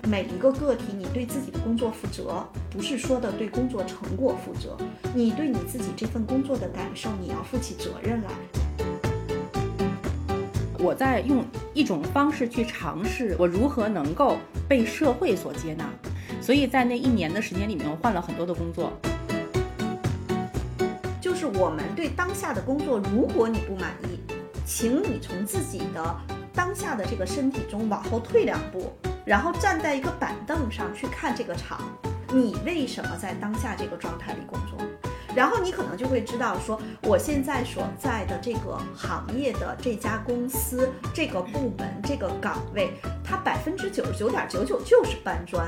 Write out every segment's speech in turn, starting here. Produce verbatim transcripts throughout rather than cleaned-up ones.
每一个个体你对自己的工作负责，不是说的对工作成果负责，你对你自己这份工作的感受你要负起责任来。 我在用一种方式去尝试我如何能够被社会所接纳，所以在那一年的时间里面我换了很多的工作。 就是我们对当下的工作，如果你不满意，请你从自己的当下的这个身体中往后退两步，然后站在一个板凳上去看这个场，你为什么在当下这个状态里工作？然后你可能就会知道说，我现在所在的这个行业的这家公司、这个部门、这个岗位，它百分之九十九点九九就是搬砖。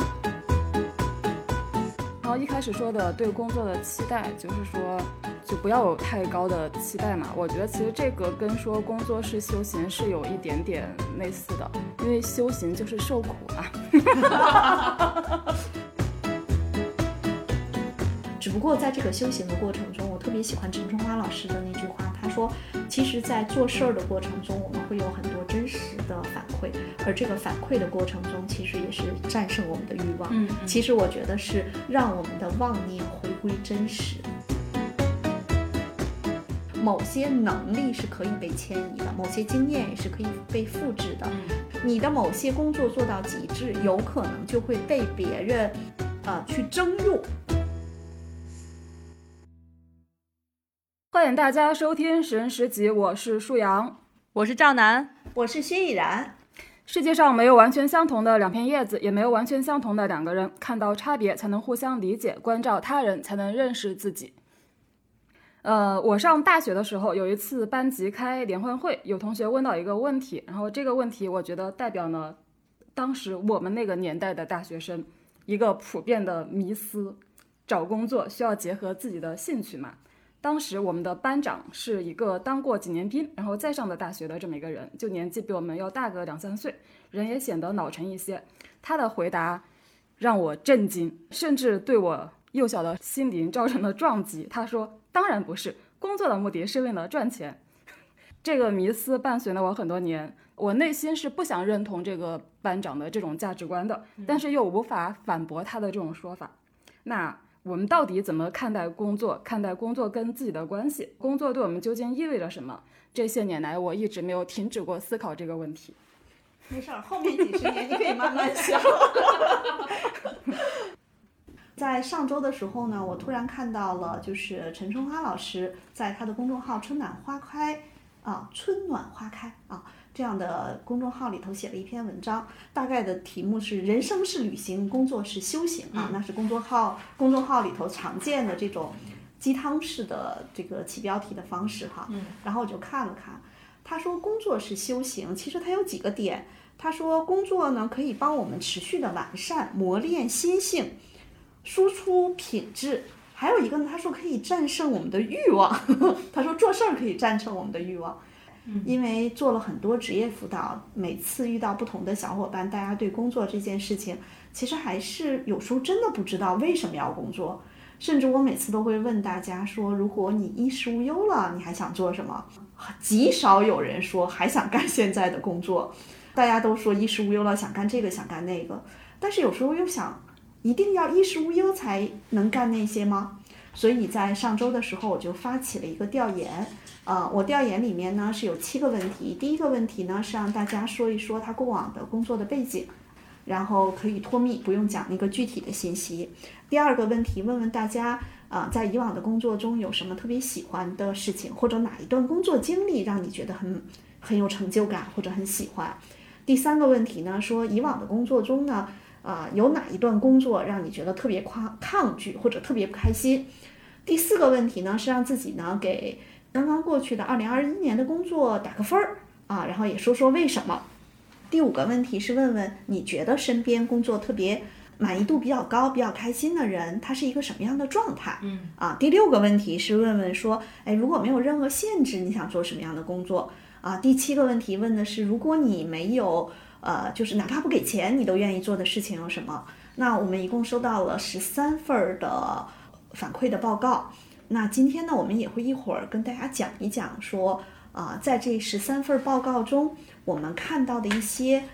然后一开始说的对工作的期待，就是说就不要有太高的期待嘛。我觉得其实这个跟说工作是修行是有一点点类似的，因为修行就是受苦啊。 只不过在这个修行的过程中，我特别喜欢陈春花老师的那句话，他说其实在做事儿的过程中，我们会有很多真实的反馈，而这个反馈的过程中其实也是战胜我们的欲望。嗯嗯，其实我觉得是让我们的妄念回归真实。某些能力是可以被迁移的，某些经验也是可以被复制的。你的某些工作做到极致，有可能就会被别人呃去征用。 欢迎大家收听十人十集，我是舒阳， 我是赵楠， 我是薛逸然。 世界上没有完全相同的两片叶子，也没有完全相同的两个人，看到差别才能互相理解，关照他人才能认识自己。呃，我上大学的时候有一次班级开联欢会，有同学问到一个问题，然后这个问题我觉得代表了当时我们那个年代的大学生一个普遍的迷思，找工作需要结合自己的兴趣嘛。当时我们的班长是一个当过几年兵然后再上的大学的这么一个人，就年纪比我们要大个两三岁，人也显得老成一些。他的回答让我震惊，甚至对我幼小的心灵造成了撞击。他说当然不是，工作的目的是为了赚钱。这个迷思伴随了我很多年，我内心是不想认同这个班长的这种价值观的，但是又无法反驳他的这种说法。那我们到底怎么看待工作，看待工作跟自己的关系，工作对我们究竟意味着什么？这些年来我一直没有停止过思考这个问题。 没事，后面几十年你可以慢慢想。在上周的时候呢，我突然看到了就是陈春花老师在他的公众号春暖花开啊，春暖花开啊这样的公众号里头写了一篇文章，大概的题目是人生是旅行，工作是修行啊，那是公众号公众号里头常见的这种鸡汤式的这个起标题的方式哈。然后我就看了看，他说工作是修行，其实他有几个点。他说工作呢可以帮我们持续的完善磨练心性，输出品质，还有一个呢，他说可以战胜我们的欲望。他说做事儿可以战胜我们的欲望。因为做了很多职业辅导，每次遇到不同的小伙伴，大家对工作这件事情其实还是有时候真的不知道为什么要工作。甚至我每次都会问大家说，如果你衣食无忧了，你还想做什么？极少有人说还想干现在的工作，大家都说衣食无忧了，想干这个想干那个，但是有时候又想一定要衣食无忧才能干那些吗？所以在上周的时候我就发起了一个调研，呃，我调研里面呢是有七个问题。第一个问题呢是让大家说一说他过往的工作的背景，然后可以脱密，不用讲那个具体的信息。第二个问题问问大家，呃，在以往的工作中有什么特别喜欢的事情，或者哪一段工作经历让你觉得很很有成就感或者很喜欢。第三个问题呢说以往的工作中呢呃，有哪一段工作让你觉得特别抗拒或者特别不开心？第四个问题呢是让自己呢给刚刚过去的二零二一年的工作打个分儿啊，然后也说说为什么。第五个问题是问问你觉得身边工作特别满意度比较高比较开心的人他是一个什么样的状态？嗯啊，第六个问题是问问说，哎，如果没有任何限制，你想做什么样的工作？啊，第七个问题问的是，如果你没有呃，就是哪怕不给钱，你都愿意做的事情有什么？那我们一共收到了十三份的反馈的报告。那今天呢，我们也会一会儿跟大家讲一讲说，啊、呃，在这十三份报告中，我们看到的一些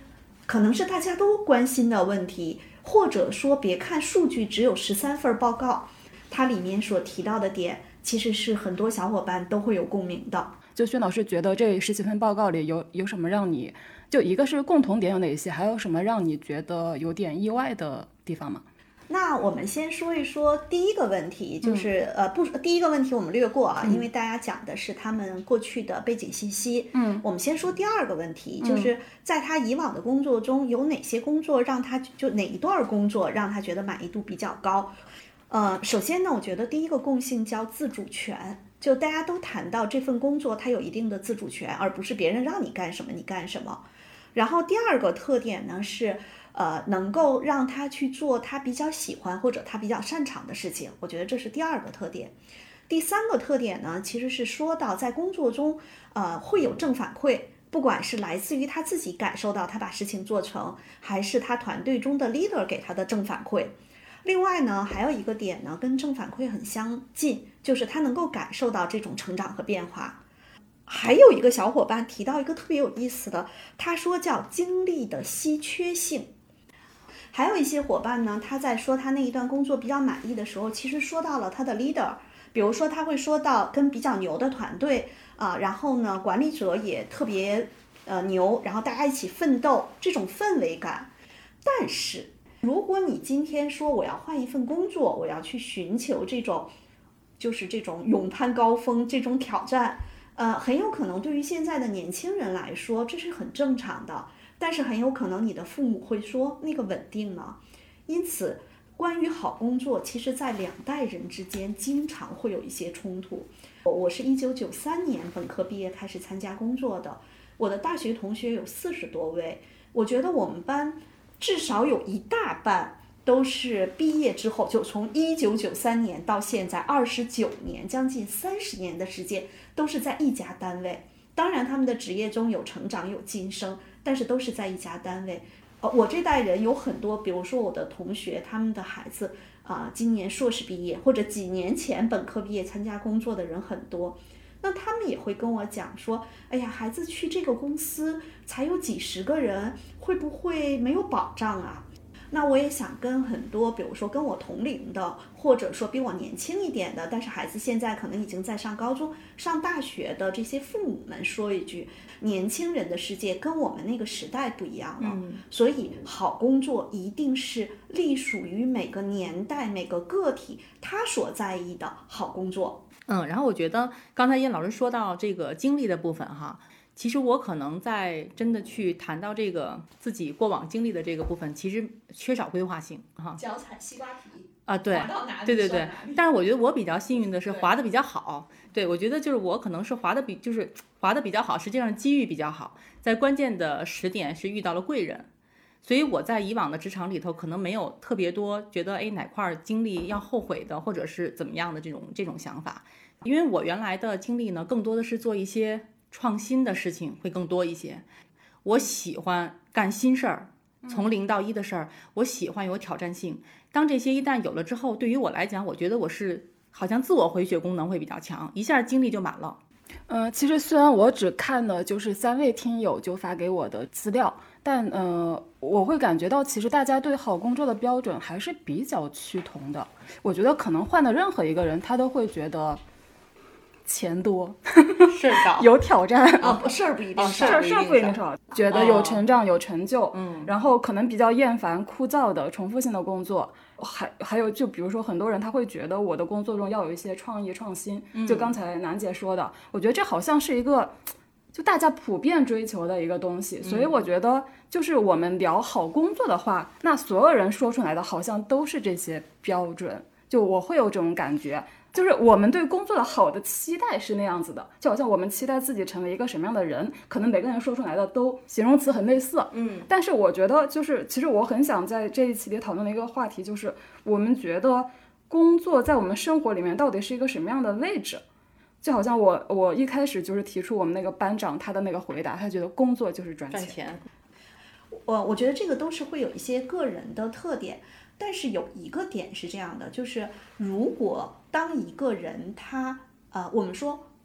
可能是大家都关心的问题，或者说别看数据只有十三份报告，它里面所提到的点其实是很多小伙伴都会有共鸣的。 就薛老师觉得这十几份报告里有有什么让你，就一个是共同点有哪些，还有什么让你觉得有点意外的地方吗？ 那我们先说一说第一个问题，就是、嗯、呃不，第一个问题我们略过啊、嗯，因为大家讲的是他们过去的背景信息。 嗯， 我们先说第二个问题，就是在他以往的工作中有哪些工作让他就哪一段工作让他觉得满意度比较高。呃，首先呢，我觉得第一个共性叫自主权，就大家都谈到这份工作它有一定的自主权，而不是别人让你干什么你干什么。然后第二个特点呢是呃，能够让他去做他比较喜欢或者他比较擅长的事情，我觉得这是第二个特点。第三个特点呢，其实是说到在工作中呃会有正反馈，不管是来自于他自己感受到他把事情做成，还是他团队中的 leader 给他的正反馈。另外呢，还有一个点呢，跟正反馈很相近，就是他能够感受到这种成长和变化。还有一个小伙伴提到一个特别有意思的，他说叫经历的稀缺性。还有一些伙伴呢，他在说他那一段工作比较满意的时候，其实说到了他的 leader， 比如说他会说到跟比较牛的团队啊、呃，然后呢管理者也特别呃牛，然后大家一起奋斗，这种氛围感。但是如果你今天说我要换一份工作，我要去寻求这种就是这种勇攀高峰这种挑战，呃，很有可能对于现在的年轻人来说这是很正常的，但是很有可能你的父母会说那个稳定呢。因此关于好工作，其实在两代人之间经常会有一些冲突。我是一九九三年本科毕业开始参加工作的，我的大学同学有四十多位，我觉得我们班至少有一大半都是毕业之后，就从一九九三年到现在二十九年，将近三十年的时间都是在一家单位。当然他们的职业中有成长有晋升，但是都是在一家单位。呃，我这代人有很多，比如说我的同学，他们的孩子啊、呃，今年硕士毕业，或者几年前本科毕业参加工作的人很多。那他们也会跟我讲说，哎呀，孩子去这个公司才有几十个人，会不会没有保障啊？那我也想跟很多，比如说跟我同龄的，或者说比我年轻一点的，但是孩子现在可能已经在上高中、上大学的这些父母们说一句，年轻人的世界跟我们那个时代不一样了。 嗯， 所以好工作一定是隶属于每个年代、每个个体他所在意的好工作。 嗯，然后我觉得刚才叶老师说到这个经历的部分哈，其实我可能在真的去谈到这个自己过往经历的这个部分，其实缺少规划性哈。 脚踩西瓜皮啊，对，对对对。但是我觉得我比较幸运的是滑的比较好。对，我觉得就是我可能是滑的比就是滑的比较好，实际上机遇比较好，在关键的时点是遇到了贵人。所以我在以往的职场里头可能没有特别多觉得哎哪块经历要后悔的，或者是怎么样的这种这种想法。因为我原来的经历呢，更多的是做一些创新的事情会更多一些。我喜欢干新事儿，从零到一的事儿，我喜欢有挑战性。当这些一旦有了之后，对于我来讲，我觉得我是好像自我回血功能会比较强，一下精力就满了。 呃，其实虽然我只看了就是三位听友就发给我的资料，但呃，我会感觉到其实大家对好工作的标准还是比较趋同的。我觉得可能换的任何一个人，他都会觉得钱多， 事儿少， 有挑战啊，事儿不一定少，事儿事儿不一定少，觉得有成长、有成就， 嗯， 然后可能比较厌烦枯燥的重复性的工作。还还有就比如说很多人他会觉得我的工作中要有一些创意创新， 嗯、 就刚才楠姐说的，我觉得这好像是一个就大家普遍追求的一个东西，所以我觉得就是我们聊好工作的话，那所有人说出来的好像都是这些标准，就我会有这种感觉，就是我们对工作的好的期待是那样子的，就好像我们期待自己成为一个什么样的人，可能每个人说出来的都形容词很类似， 嗯， 但是我觉得就是其实我很想在这一期里讨论的一个话题就是我们觉得工作在我们生活里面到底是一个什么样的位置。就好像我我一开始就是提出我们那个班长他的那个回答，他觉得工作就是赚钱。 赚钱， 我我觉得这个都是会有一些个人的特点，但是有一个点是这样的，就是如果当一个人他呃，我们说，比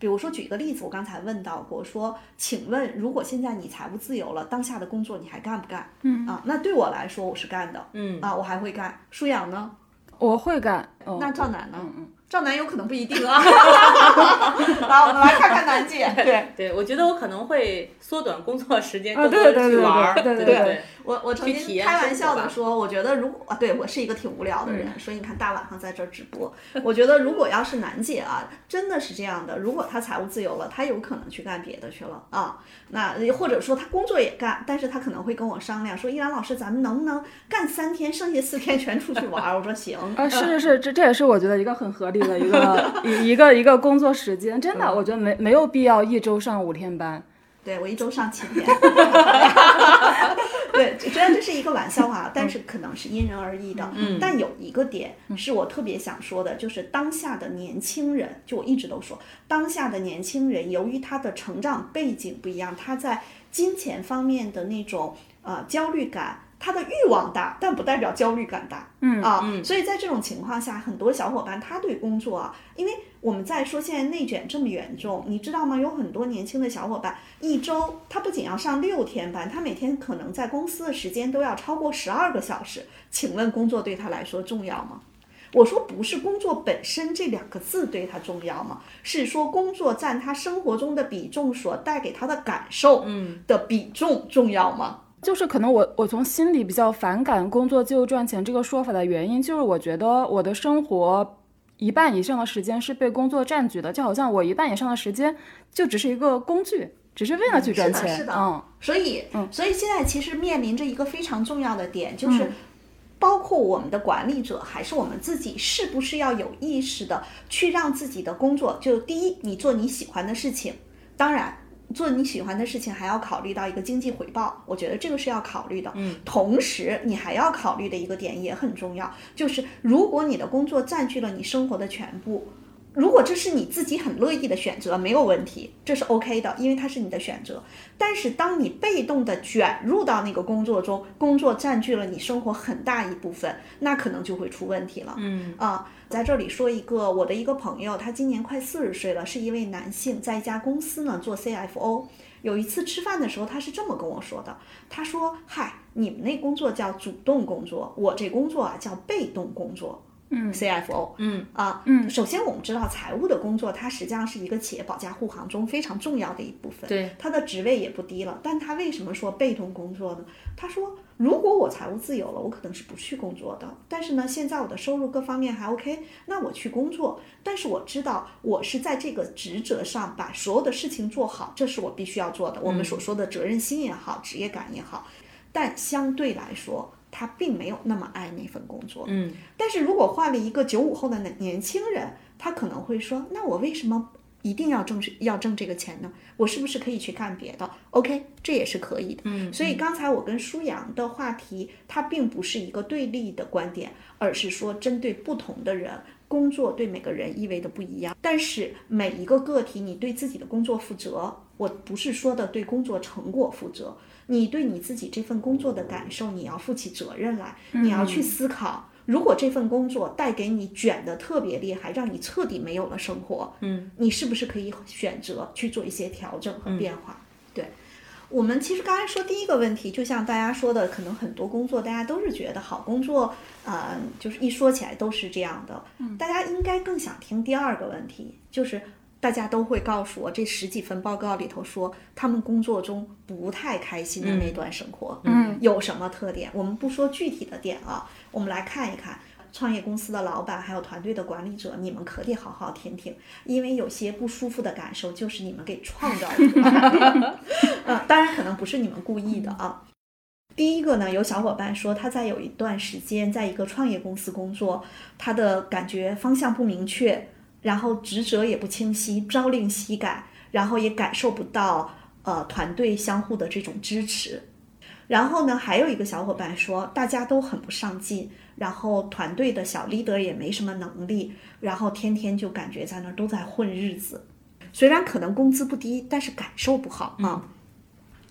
比如说举一个例子，我刚才问到过，说，请问如果现在你财务自由了，当下的工作你还干不干？嗯啊，那对我来说我是干的，嗯啊，我还会干。舒阳呢？ 我会干。哦、 那赵楠呢？ 嗯嗯。 赵楠有可能不一定啊。来，我们来看看楠姐。对对，我觉得我可能会缩短工作时间， 更多的去玩。 对对对， 我我曾经开玩笑的说，我觉得如果啊，对我是一个挺无聊的人，嗯、所以你看大晚上在这儿直播，我觉得如果要是楠姐啊，真的是这样的，如果她财务自由了，她有可能去干别的去了啊。那或者说她工作也干，但是她可能会跟我商量说，依兰老师，咱们能不能干三天，剩下四天全出去玩？我说行。 啊，是是是，这这也是我觉得一个很合理的一个一一个一个工作时间，真的，我觉得没没有必要一周上五天班。 对，我一周上七天。对，虽然这是一个玩笑话，但是可能是因人而异的。嗯，但有一个点是我特别想说的，就是当下的年轻人，就我一直都说，当下的年轻人由于他的成长背景不一样，他在金钱方面的那种呃焦虑感。他的欲望大，但不代表焦虑感大，嗯啊，嗯所以在这种情况下，很多小伙伴他对工作啊，因为我们在说现在内卷这么严重，你知道吗？有很多年轻的小伙伴，一周他不仅要上六天班，他每天可能在公司的时间都要超过十二个小时。请问工作对他来说重要吗？我说不是工作本身这两个字对他重要吗？是说工作占他生活中的比重所带给他的感受的比重重要吗？ 就是可能我我从心里比较反感工作就赚钱这个说法的原因，就是我觉得我的生活一半以上的时间是被工作占据的，就好像我一半以上的时间就只是一个工具，只是为了去赚钱。 嗯、是的，是的。 嗯， 所以，嗯，所以现在其实面临着一个非常重要的点，就是。嗯包括我们的管理者还是我们自己，是不是要有意识的去让自己的工作，就第一，你做你喜欢的事情，当然做你喜欢的事情还要考虑到一个经济回报，我觉得这个是要考虑的。嗯，同时你还要考虑的一个点也很重要，就是如果你的工作占据了你生活的全部，如果这是你自己很乐意的选择，没有问题，这是 OK 的，因为它是你的选择。但是当你被动的卷入到那个工作中，工作占据了你生活很大一部分，那可能就会出问题了。嗯啊，在这里说一个我的一个朋友，他今年快四十岁了，是一位男性，在一家公司呢做 C F O。有一次吃饭的时候，他是这么跟我说的，他说：“嗨，你们那工作叫主动工作，我这工作啊叫被动工作。”嗯 ，C F O， 嗯啊，嗯，首先我们知道财务的工作，它实际上是一个企业保驾护航中非常重要的一部分， 对， 它的职位也不低了。但他为什么说被动工作呢？他说，如果我财务自由了，我可能是不去工作的。但是呢，现在我的收入各方面还 OK， 那我去工作。但是我知道我是在这个职责上把所有的事情做好，这是我必须要做的。我们所说的责任心也好，职业感也好，但相对来说。他并没有那么爱那份工作，嗯，但是如果换了一个九五后的年轻人，他可能会说，那我为什么一定要挣要挣这个钱呢？我是不是可以去干别的 ？OK， 这也是可以的。嗯，所以刚才我跟舒阳的话题，它并不是一个对立的观点，而是说针对不同的人，工作对每个人意味的不一样。但是每一个个体，你对自己的工作负责，我不是说的对工作成果负责。你对你自己这份工作的感受，你要负起责任来，你要去思考，如果这份工作带给你卷得特别厉害，让你彻底没有了生活，嗯，你是不是可以选择去做一些调整和变化？嗯、对，我们其实刚才说第一个问题，就像大家说的，可能很多工作大家都是觉得好工作，呃，就是一说起来都是这样的，嗯，大家应该更想听第二个问题，就是。大家都会告诉我，这十几份报告里头说，他们工作中不太开心的那段生活，嗯，有什么特点？我们不说具体的点啊，我们来看一看创业公司的老板还有团队的管理者，你们可得好好听听，因为有些不舒服的感受就是你们给创造出来的。呃，当然可能不是你们故意的啊。第一个呢，有小伙伴说他在有一段时间在一个创业公司工作，他的感觉方向不明确。然后职责也不清晰，朝令夕改，然后也感受不到呃团队相互的这种支持。然后呢，还有一个小伙伴说，大家都很不上进，然后团队的小 leader 也没什么能力，然后天天就感觉在那儿都在混日子。虽然可能工资不低，但是感受不好啊。嗯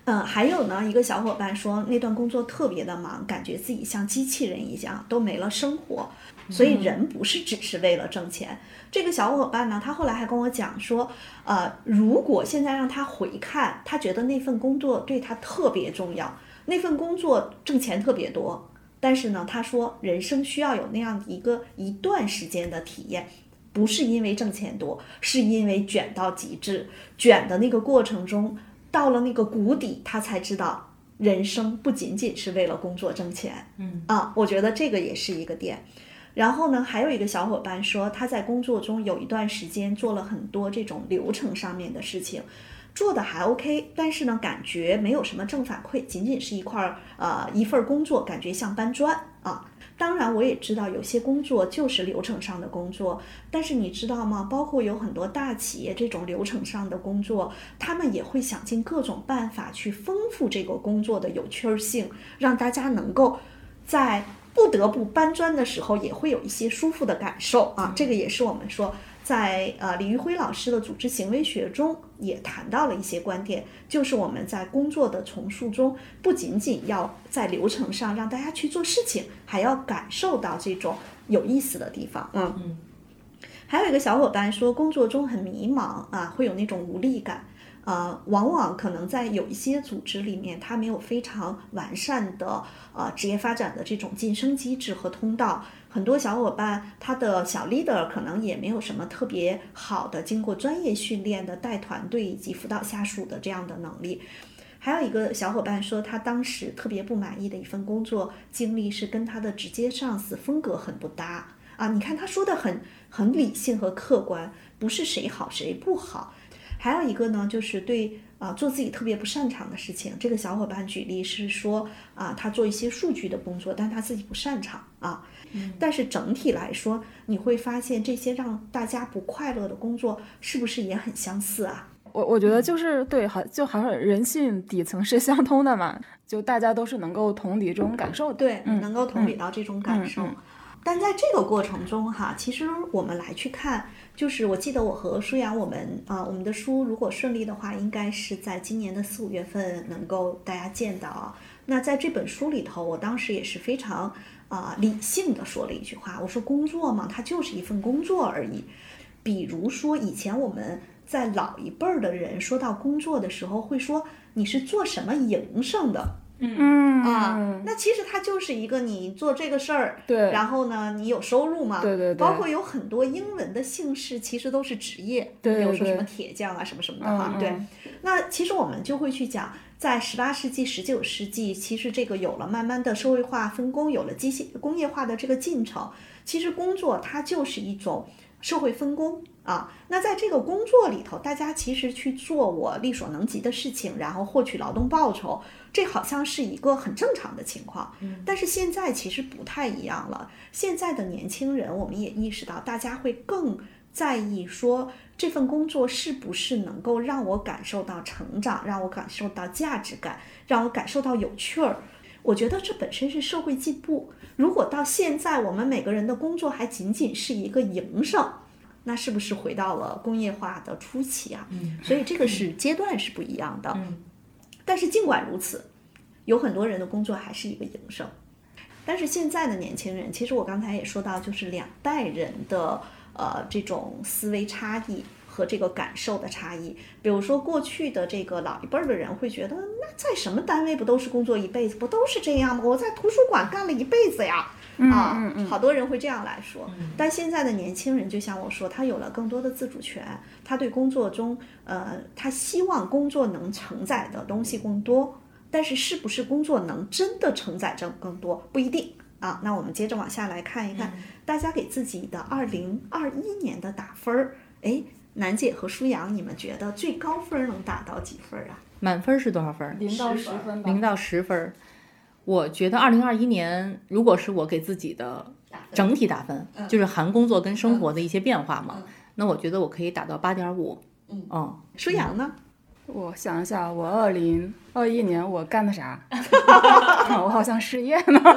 嗯，还有呢，一个小伙伴说那段工作特别的忙，感觉自己像机器人一样，都没了生活。所以人不是只是为了挣钱。嗯、这个小伙伴呢，他后来还跟我讲说，呃，如果现在让他回看，他觉得那份工作对他特别重要，那份工作挣钱特别多。但是呢，他说人生需要有那样一个一段时间的体验。不是因为挣钱多，是因为卷到极致，卷的那个过程中，到了那个谷底，他才知道人生不仅仅是为了工作挣钱。 嗯啊，我觉得这个也是一个点。然后呢，还有一个小伙伴说，他在工作中有一段时间做了很多这种流程上面的事情，做的还 OK， 但是呢，感觉没有什么正反馈，仅仅是一块呃一份工作，感觉像搬砖啊。当然我也知道有些工作就是流程上的工作，但是你知道吗，包括有很多大企业这种流程上的工作，他们也会想尽各种办法去丰富这个工作的有趣性，让大家能够在不得不搬砖的时候也会有一些舒服的感受啊。这个也是我们说在呃李玉辉老师的组织行为学中也谈到了一些观点，就是我们在工作的重塑中，不仅仅要在流程上让大家去做事情，还要感受到这种有意思的地方。嗯嗯， 还有一个小伙伴说，工作中很迷茫啊，会有那种无力感。呃，往往可能在有一些组织里面，它没有非常完善的呃职业发展的这种晋升机制和通道。很多小伙伴他的小 leader 可能也没有什么特别好的经过专业训练的带团队以及辅导下属的这样的能力。还有一个小伙伴说，他当时特别不满意的一份工作经历是跟他的直接上司风格很不搭啊。你看他说的很很理性和客观，不是谁好谁不好。还有一个呢，就是对啊、呃、做自己特别不擅长的事情。这个小伙伴举例是说啊、呃，他做一些数据的工作，但他自己不擅长啊。嗯、但是整体来说，你会发现这些让大家不快乐的工作，是不是也很相似啊？ 我我觉得就是对，好，就好像人性底层是相通的嘛，就大家都是能够同理这种感受的。 对， 嗯、 能够同理到这种感受。嗯嗯嗯但在这个过程中哈，其实我们来去看，就是我记得我和舒阳，我们啊、呃，我们的书如果顺利的话，应该是在今年的四五月份能够大家见到啊。那在这本书里头，我当时也是非常啊、呃、理性的说了一句话，我说工作嘛，它就是一份工作而已。比如说以前我们在老一辈儿的人说到工作的时候，会说你是做什么营生的。 嗯啊，那其实它就是一个你做这个事儿， 对， 然后呢，你有收入嘛， 对对对， 包括有很多英文的姓氏，其实都是职业， 对对对， 比如说什么铁匠啊，什么什么的哈、 嗯嗯， 对。那其实我们就会去讲，在十八世纪、十九世纪，其实这个有了慢慢的社会化分工，有了机械工业化的这个进程，其实工作它就是一种社会分工。啊，那在这个工作里头，大家其实去做我力所能及的事情，然后获取劳动报酬，这好像是一个很正常的情况。嗯，但是现在其实不太一样了。现在的年轻人，我们也意识到，大家会更在意说这份工作是不是能够让我感受到成长，让我感受到价值感，让我感受到有趣儿。我觉得这本身是社会进步。如果到现在，我们每个人的工作还仅仅是一个营生，那是不是回到了工业化的初期啊？嗯，所以这个是阶段是不一样的。 嗯， 但是尽管如此，有很多人的工作还是一个营生。但是现在的年轻人，其实我刚才也说到，就是两代人的呃这种思维差异和这个感受的差异。比如说过去的这个老一辈的人会觉得，那在什么单位不都是工作一辈子，不都是这样吗？我在图书馆干了一辈子呀。啊、 嗯嗯， 好多人会这样来说， 嗯、 但现在的年轻人，就像我说，他有了更多的自主权，他对工作中，呃，他希望工作能承载的东西更多，但是是不是工作能真的承载着更多，不一定啊。那我们接着往下来看一看，嗯、大家给自己的二零二一年的打分儿，哎，楠姐和舒阳，你们觉得最高分能打到几分啊？ 满分是多少分？ 零到十分吧。 零到十分。我觉得二零二一年，如果是我给自己的整体打分，嗯、就是含工作跟生活的一些变化嘛，嗯、那我觉得我可以打到八点五。 嗯，嗯，舒阳呢？ 我想一下，我二零二一年我干的啥？我好像失业呢。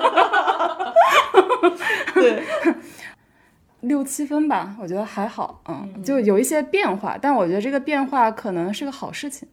对， 六七分吧，我觉得还好。嗯，就有一些变化，但我觉得这个变化可能是个好事情。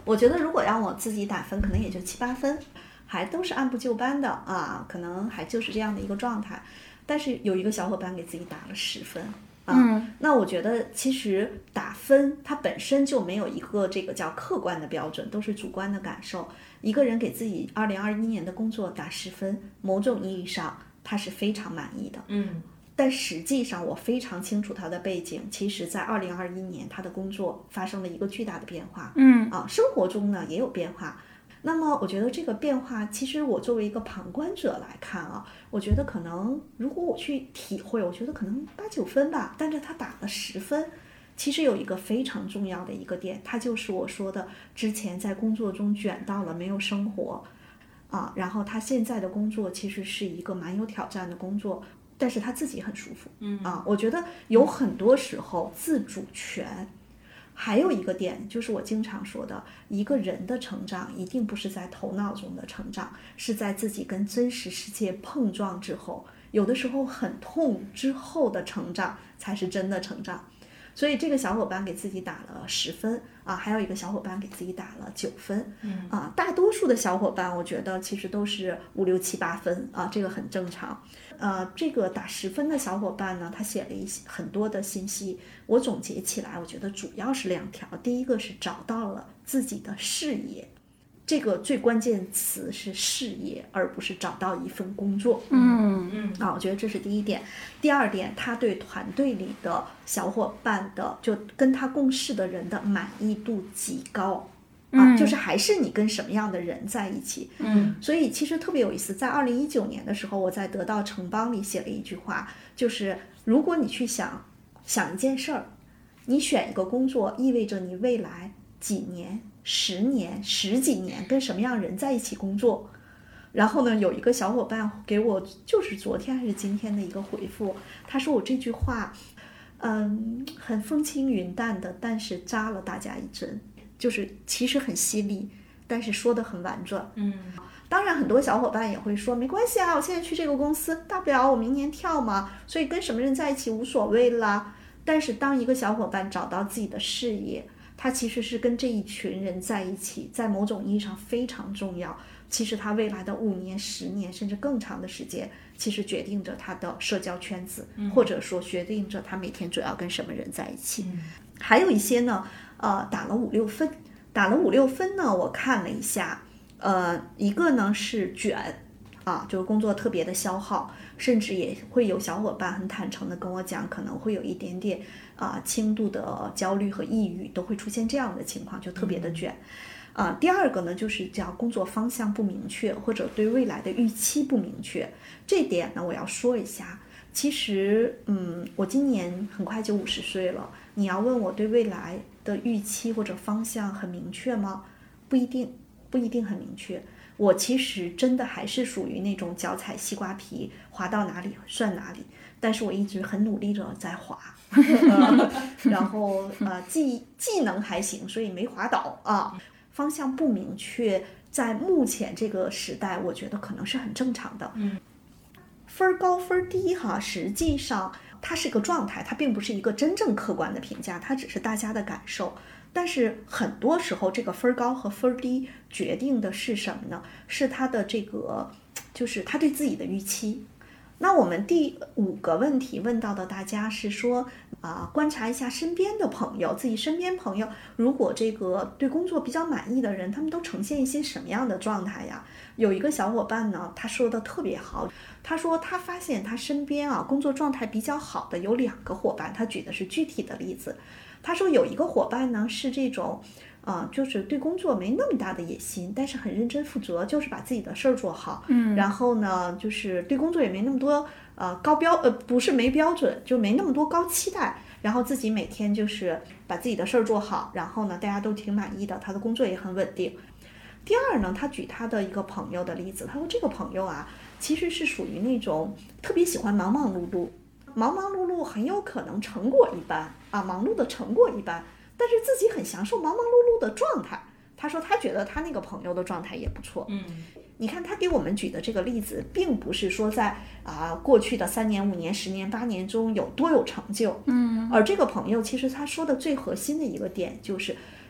我觉得如果让我自己打分，可能也就七八分，还都是按部就班的啊，可能还就是这样的一个状态。但是有一个小伙伴给自己打了十分。啊、 嗯， 那我觉得其实打分它本身就没有一个这个叫客观的标准，都是主观的感受。一个人给自己二零二一年的工作打十分，某种意义上他是非常满意的。 嗯， 但实际上我非常清楚他的背景，其实在二零二一年他的工作发生了一个巨大的变化。 嗯啊，生活中呢也有变化。那么我觉得这个变化，其实我作为一个旁观者来看啊，我觉得可能如果我去体会，我觉得可能八九分吧。但是他打了十分，其实有一个非常重要的一个点，他就是我说的之前在工作中卷到了没有生活啊，然后他现在的工作其实是一个蛮有挑战的工作，但是他自己很舒服。嗯啊，我觉得有很多时候自主权。还有一个点就是我经常说的，一个人的成长一定不是在头脑中的成长，是在自己跟真实世界碰撞之后，有的时候很痛之后的成长才是真的成长。所以这个小伙伴给自己打了十分啊，还有一个小伙伴给自己打了九分。嗯啊，大多数的小伙伴我觉得其实都是五六七八分啊，这个很正常。呃，这个打十分的小伙伴呢，他写了一些很多的信息，我总结起来，我觉得主要是两条。第一个是找到了自己的事业，这个最关键词是事业，而不是找到一份工作。 嗯嗯啊，我觉得这是第一点。第二点，他对团队里的小伙伴的，就跟他共事的人的满意度极高。啊，就是还是你跟什么样的人在一起。 嗯， 所以其实特别有意思，在二零一九年的时候，我在得到城邦里写了一句话，就是如果你去想想一件事儿，你选一个工作，意味着你未来几年、十年、十几年跟什么样人在一起工作。然后呢，有一个小伙伴给我，就是昨天还是今天的一个回复，他说我这句话，嗯，很风轻云淡的，但是扎了大家一针。就是其实很犀利，但是说的很婉转。 嗯， 当然很多小伙伴也会说没关系啊，我现在去这个公司，大不了我明年跳嘛，所以跟什么人在一起无所谓啦。但是当一个小伙伴找到自己的事业，他其实是跟这一群人在一起，在某种意义上非常重要。其实他未来的五年、十年甚至更长的时间，其实决定着他的社交圈子，嗯、或者说决定着他每天主要跟什么人在一起。嗯、还有一些呢，呃，打了五六分，打了五六分呢，我看了一下，呃，一个呢是卷，啊，就是工作特别的消耗，甚至也会有小伙伴很坦诚的跟我讲，可能会有一点点啊、呃、轻度的焦虑和抑郁，都会出现这样的情况，就特别的卷。啊、呃，第二个呢，就是叫工作方向不明确，或者对未来的预期不明确。这点呢，我要说一下。其实，嗯，我今年很快就五十岁了。你要问我对未来的预期或者方向很明确吗？不一定，不一定很明确。我其实真的还是属于那种脚踩西瓜皮，滑到哪里算哪里。但是我一直很努力着在滑，呃、然后呃技技能还行，所以没滑倒啊。方向不明确，在目前这个时代，我觉得可能是很正常的。 嗯。 分高分低哈，实际上它是一个状态，它并不是一个真正客观的评价，它只是大家的感受。但是很多时候，这个分高和分低决定的是什么呢？是他的这个，就是他对自己的预期。那我们第五个问题问到的大家是说，啊、呃，观察一下身边的朋友，自己身边朋友，如果这个对工作比较满意的人，他们都呈现一些什么样的状态呀？有一个小伙伴呢，他说的特别好，他说他发现他身边啊工作状态比较好的有两个伙伴，他举的是具体的例子。他说有一个伙伴呢是这种。啊、呃，就是对工作没那么大的野心，但是很认真负责，就是把自己的事儿做好。 嗯， 然后呢，就是对工作也没那么多呃高标呃不是没标准，就没那么多高期待。然后自己每天就是把自己的事儿做好，然后呢，大家都挺满意的，他的工作也很稳定。第二呢，他举他的一个朋友的例子，他说这个朋友啊，其实是属于那种特别喜欢忙忙碌碌，忙忙碌碌很有可能成果一般啊，忙碌的成果一般。但是自己很享受忙忙碌碌的状态。他说他觉得他那个朋友的状态也不错。 嗯， 你看他给我们举的这个例子，并不是说在啊、呃、过去的三年、五年、十年、八年中有多有成就。 嗯， 而这个朋友其实他说的最核心的一个点就是，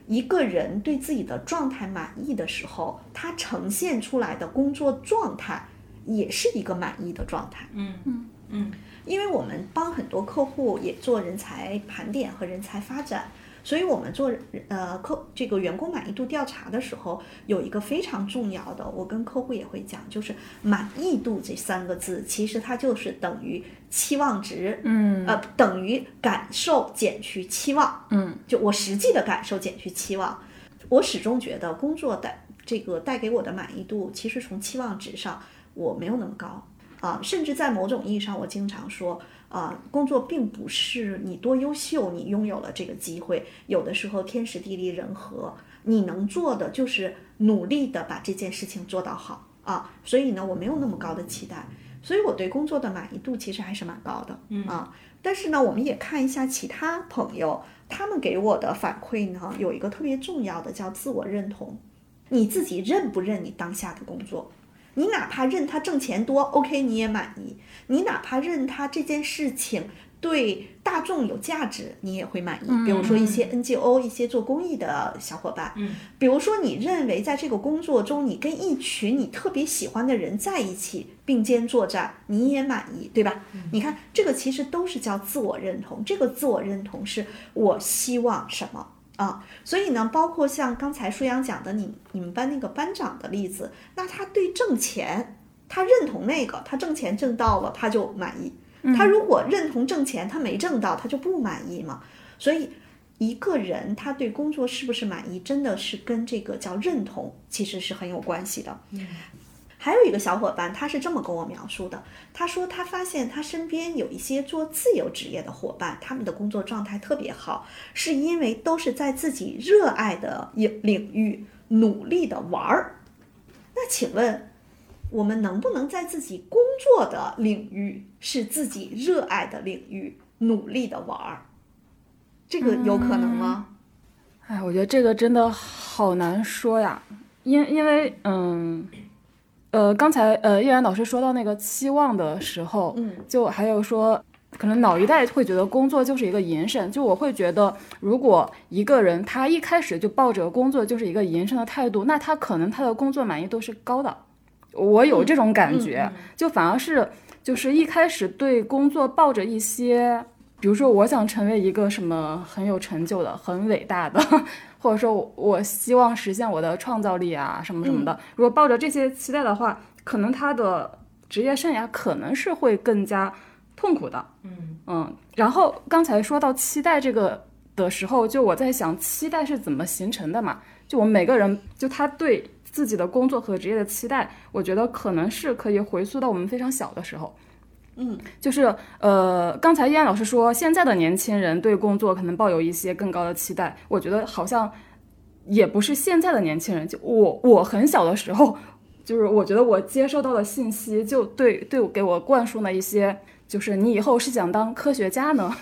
一个人对自己的状态满意的时候，他呈现出来的工作状态也是一个满意的状态。 嗯嗯嗯， 因为我们帮很多客户也做人才盘点和人才发展，所以我们做呃客这个员工满意度调查的时候，有一个非常重要的，我跟客户也会讲，就是满意度这三个字，其实它就是等于期望值， 嗯呃，等于感受减去期望， 嗯， 就我实际的感受减去期望。我始终觉得工作带这个带给我的满意度，其实从期望值上我没有那么高啊，甚至在某种意义上，我经常说。啊，工作并不是你多优秀，你拥有了这个机会，有的时候天时地利人和，你能做的就是努力的把这件事情做到好啊。所以呢，我没有那么高的期待，所以我对工作的满意度其实还是蛮高的，嗯啊。但是呢，我们也看一下其他朋友，他们给我的反馈呢，有一个特别重要的叫自我认同，你自己认不认你当下的工作？你哪怕认他挣钱多 ，OK， 你也满意；你哪怕认他这件事情对大众有价值，你也会满意。比如说一些 N G O、一些做公益的小伙伴， 嗯， 比如说你认为在这个工作中，你跟一群你特别喜欢的人在一起并肩作战，你也满意，对吧？嗯、你看这个其实都是叫自我认同。这个自我认同是我希望什么。啊，所以呢，包括像刚才舒阳讲的你你们班那个班长的例子，那他对挣钱，他认同那个，他挣钱挣到了，他就满意。他如果认同挣钱，他没挣到，他就不满意嘛。所以一个人他对工作是不是满意，真的是跟这个叫认同，其实是很有关系的。嗯。还有一个小伙伴，他是这么跟我描述的，他说他发现他身边有一些做自由职业的伙伴，他们的工作状态特别好，是因为都是在自己热爱的领域努力的玩儿。那请问我们能不能在自己工作的领域是自己热爱的领域努力的玩儿？这个有可能吗？ 嗯、哎，我觉得这个真的好难说呀，因因为嗯。呃，刚才呃叶然老师说到那个期望的时候， 嗯， 就还有说，可能老一代会觉得工作就是一个营生，就我会觉得，如果一个人他一开始就抱着工作就是一个营生的态度，那他可能他的工作满意度是高的，我有这种感觉， 嗯嗯嗯、 就反而是就是一开始对工作抱着一些，比如说我想成为一个什么很有成就的、很伟大的。或者说我希望实现我的创造力啊什么什么的、嗯、如果抱着这些期待的话，可能他的职业生涯可能是会更加痛苦的。 嗯嗯，然后刚才说到期待这个的时候，就我在想期待是怎么形成的嘛，就我们每个人就他对自己的工作和职业的期待，我觉得可能是可以回溯到我们非常小的时候。 嗯， 就是呃，刚才依然老师说，现在的年轻人对工作可能抱有一些更高的期待，我觉得好像也不是现在的年轻人，就我我很小的时候，就是我觉得我接受到的信息，就对对我给我灌输了一些，就是你以后是想当科学家呢，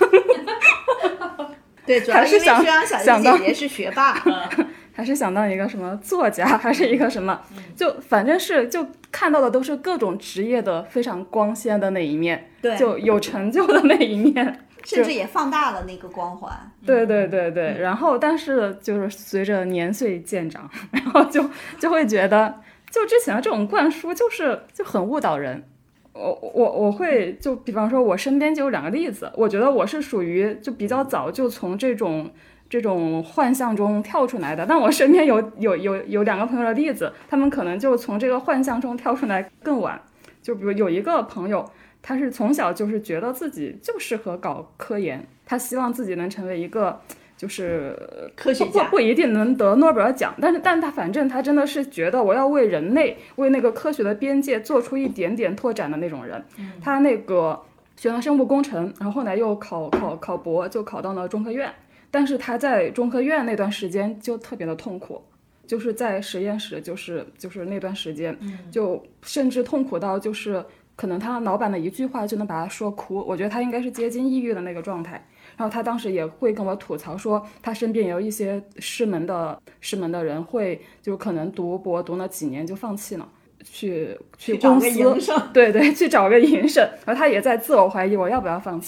对，主要是因为舒阳小姐姐是学霸。 还是想当一个什么作家，还是一个什么，就反正是就看到的都是各种职业的非常光鲜的那一面， 对， 就有成就的那一面， 甚至也放大了那个光环。 对对对对、嗯，然后但是就是随着年岁渐长，然后就就会觉得，就之前的这种灌输就是就很误导人。我我我会就比方说，我身边就有两个例子，我觉得我是属于就比较早就从这种。这种幻象中跳出来的，但我身边有有有有两个朋友的例子，他们可能就从这个幻象中跳出来更晚。就比如有一个朋友，他是从小就是觉得自己就适合搞科研，他希望自己能成为一个就是科学家， 不不一定能得诺贝尔奖，但是但他反正他真的是觉得我要为人类为那个科学的边界做出一点点拓展的那种人。 嗯、 他那个学了生物工程，然后后来又考考考博，就考到了中科院。但是他在中科院那段时间就特别的痛苦，就是在实验室，就是就是那段时间，就甚至痛苦到就是可能他老板的一句话就能把他说哭，我觉得他应该是接近抑郁的那个状态。然后他当时也会跟我吐槽说，他身边也有一些师门的师门的人会就可能读博读了几年就放弃了。去去公司，对对，去找个营生，然后他也在自我怀疑，我要不要放弃？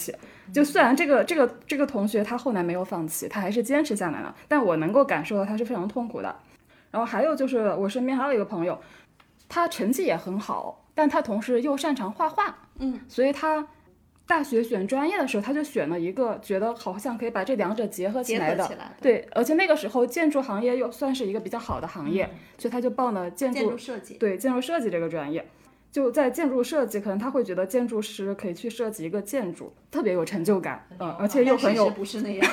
就虽然这个这个这个同学他后来没有放弃，他还是坚持下来了，但我能够感受到他是非常痛苦的。然后还有就是我身边还有一个朋友，他成绩也很好，但他同时又擅长画画， 嗯， 所以他大学选专业的时候，他就选了一个觉得好像可以把这两者结合起来的， 结合起来的对，而且那个时候建筑行业又算是一个比较好的行业， 嗯、 所以他就报了建筑建筑设计， 对，建筑设计这个专业。就在建筑设计，可能他会觉得建筑师可以去设计一个建筑，特别有成就感，嗯、呃，而且又很有， 不是那样。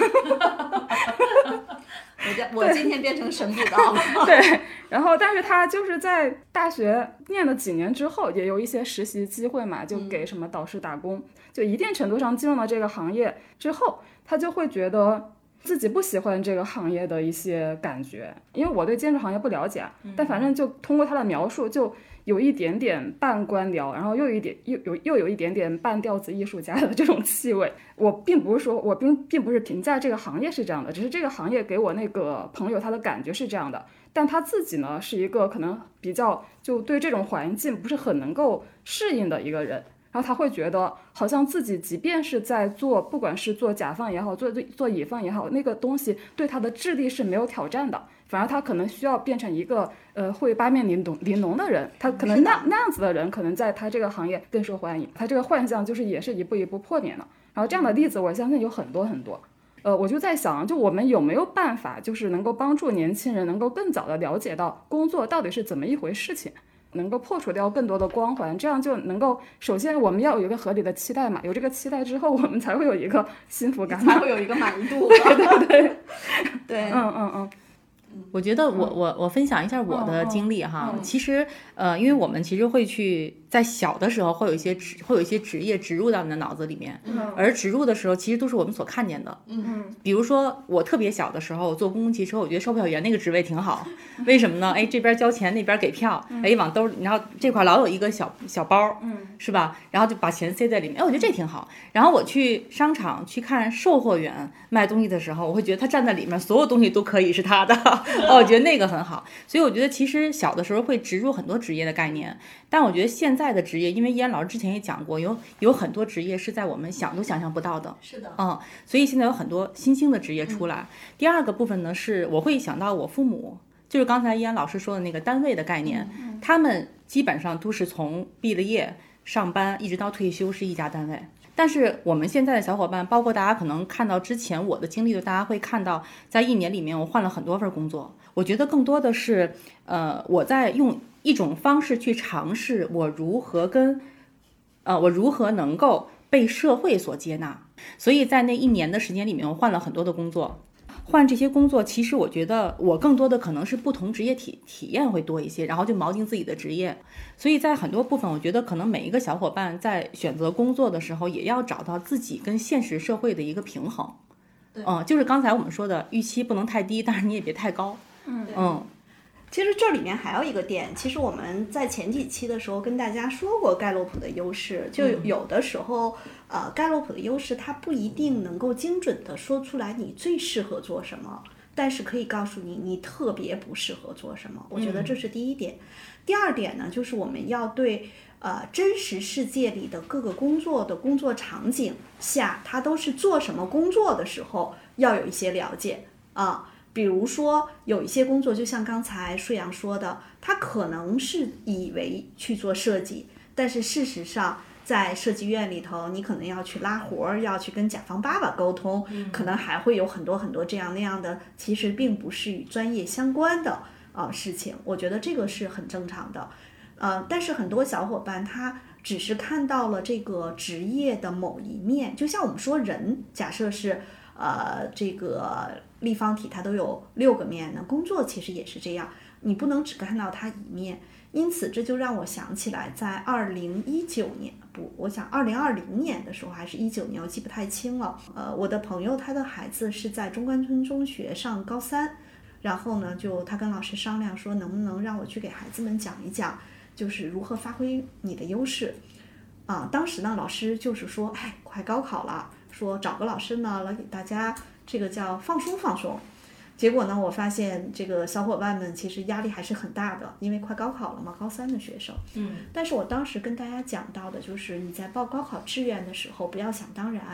我我今天变成神补刀了。 对，然后但是他就是在大学念了几年之后，也有一些实习机会嘛，就给什么导师打工，嗯、就一定程度上进入了这个行业之后，他就会觉得自己不喜欢这个行业的一些感觉。因为我对建筑行业不了解，嗯、但反正就通过他的描述，就有一点点半官僚，然后又有一点又有又有一点点半吊子艺术家的这种气味。我并不是说我并并不是评价这个行业是这样的，只是这个行业给我那个朋友他的感觉是这样的，但他自己呢是一个可能比较就对这种环境不是很能够适应的一个人。然后他会觉得好像自己即便是在做，不管是做甲方也好，做做乙方也好，那个东西对他的智力是没有挑战的，反而他可能需要变成一个呃会八面玲珑玲珑的人，他可能那那样子的人可能在他这个行业更受欢迎，他这个幻象就是也是一步一步破灭了。然后这样的例子我相信有很多很多。呃，我就在想，就我们有没有办法，就是能够帮助年轻人能够更早的了解到工作到底是怎么一回事情，能够破除掉更多的光环，这样就能够，首先我们要有一个合理的期待嘛，有这个期待之后，我们才会有一个幸福感， 才会有一个满意度。 对对对， 对， 嗯嗯嗯。 我觉得我我我分享一下我的经历哈， 嗯嗯、 其实呃，因为我们其实会去在小的时候会有一些职会有一些职业植入到你的脑子里面， 嗯、 而植入的时候其实都是我们所看见的， 嗯， 比如说我特别小的时候坐公共汽车，我觉得售票员那个职位挺好，为什么呢？哎，这边交钱那边给票，哎，往兜，然后这块老有一个小小包， 嗯， 是吧？然后就把钱塞在里面，哎，我觉得这挺好。然后我去商场去看售货员卖东西的时候，我会觉得他站在里面，所有东西都可以是他的，哦，我觉得那个很好。所以我觉得其实小的时候会植入很多职业的概念，但我觉得现在的职业，因为易安老师之前也讲过，有有很多职业是在我们想都想象不到的， 是的， 嗯，所以现在有很多新兴的职业出来。嗯、第二个部分呢，是我会想到我父母，就是刚才易安老师说的那个单位的概念， 嗯、 他们基本上都是从毕了业上班一直到退休是一家单位。但是我们现在的小伙伴，包括大家可能看到之前我的经历的，大家会看到在一年里面我换了很多份工作。我觉得更多的是，呃，我在用一种方式去尝试我如何跟，呃，我如何能够被社会所接纳。所以在那一年的时间里面，我换了很多的工作。换这些工作，其实我觉得我更多的可能是不同职业体体验会多一些，然后就锚定自己的职业。所以在很多部分，我觉得可能每一个小伙伴在选择工作的时候，也要找到自己跟现实社会的一个平衡。嗯，就是刚才我们说的，预期不能太低，但是你也别太高。 嗯嗯。 其实这里面还有一个点，其实我们在前几期的时候跟大家说过盖洛普的优势，就有的时候，嗯、呃，盖洛普的优势它不一定能够精准的说出来你最适合做什么，但是可以告诉你你特别不适合做什么。我觉得这是第一点。嗯、第二点呢，就是我们要对呃真实世界里的各个工作的工作场景下，它都是做什么工作的时候，要有一些了解啊。比如说有一些工作，就像刚才舒阳说的，他可能是以为去做设计，但是事实上在设计院里头，你可能要去拉活儿，要去跟甲方爸爸沟通， 嗯、 可能还会有很多很多这样那样的，其实并不是与专业相关的呃事情。我觉得这个是很正常的，呃，但是很多小伙伴他只是看到了这个职业的某一面，就像我们说人，假设是呃这个立方体它都有六个面呢，工作其实也是这样，你不能只看到它一面。因此这就让我想起来，在二零一九年不，我想二零二零年的时候还是一九年，我记不太清了。呃，我的朋友他的孩子是在中关村中学上高三，然后呢，就他跟老师商量说，能不能让我去给孩子们讲一讲，就是如何发挥你的优势。啊、呃，当时呢，老师就是说，哎，快高考了，说找个老师呢来给大家。这个叫放松放松，结果呢，我发现这个小伙伴们其实压力还是很大的，因为快高考了嘛，高三的学生。 嗯。 但是我当时跟大家讲到的就是，你在报高考志愿的时候，不要想当然，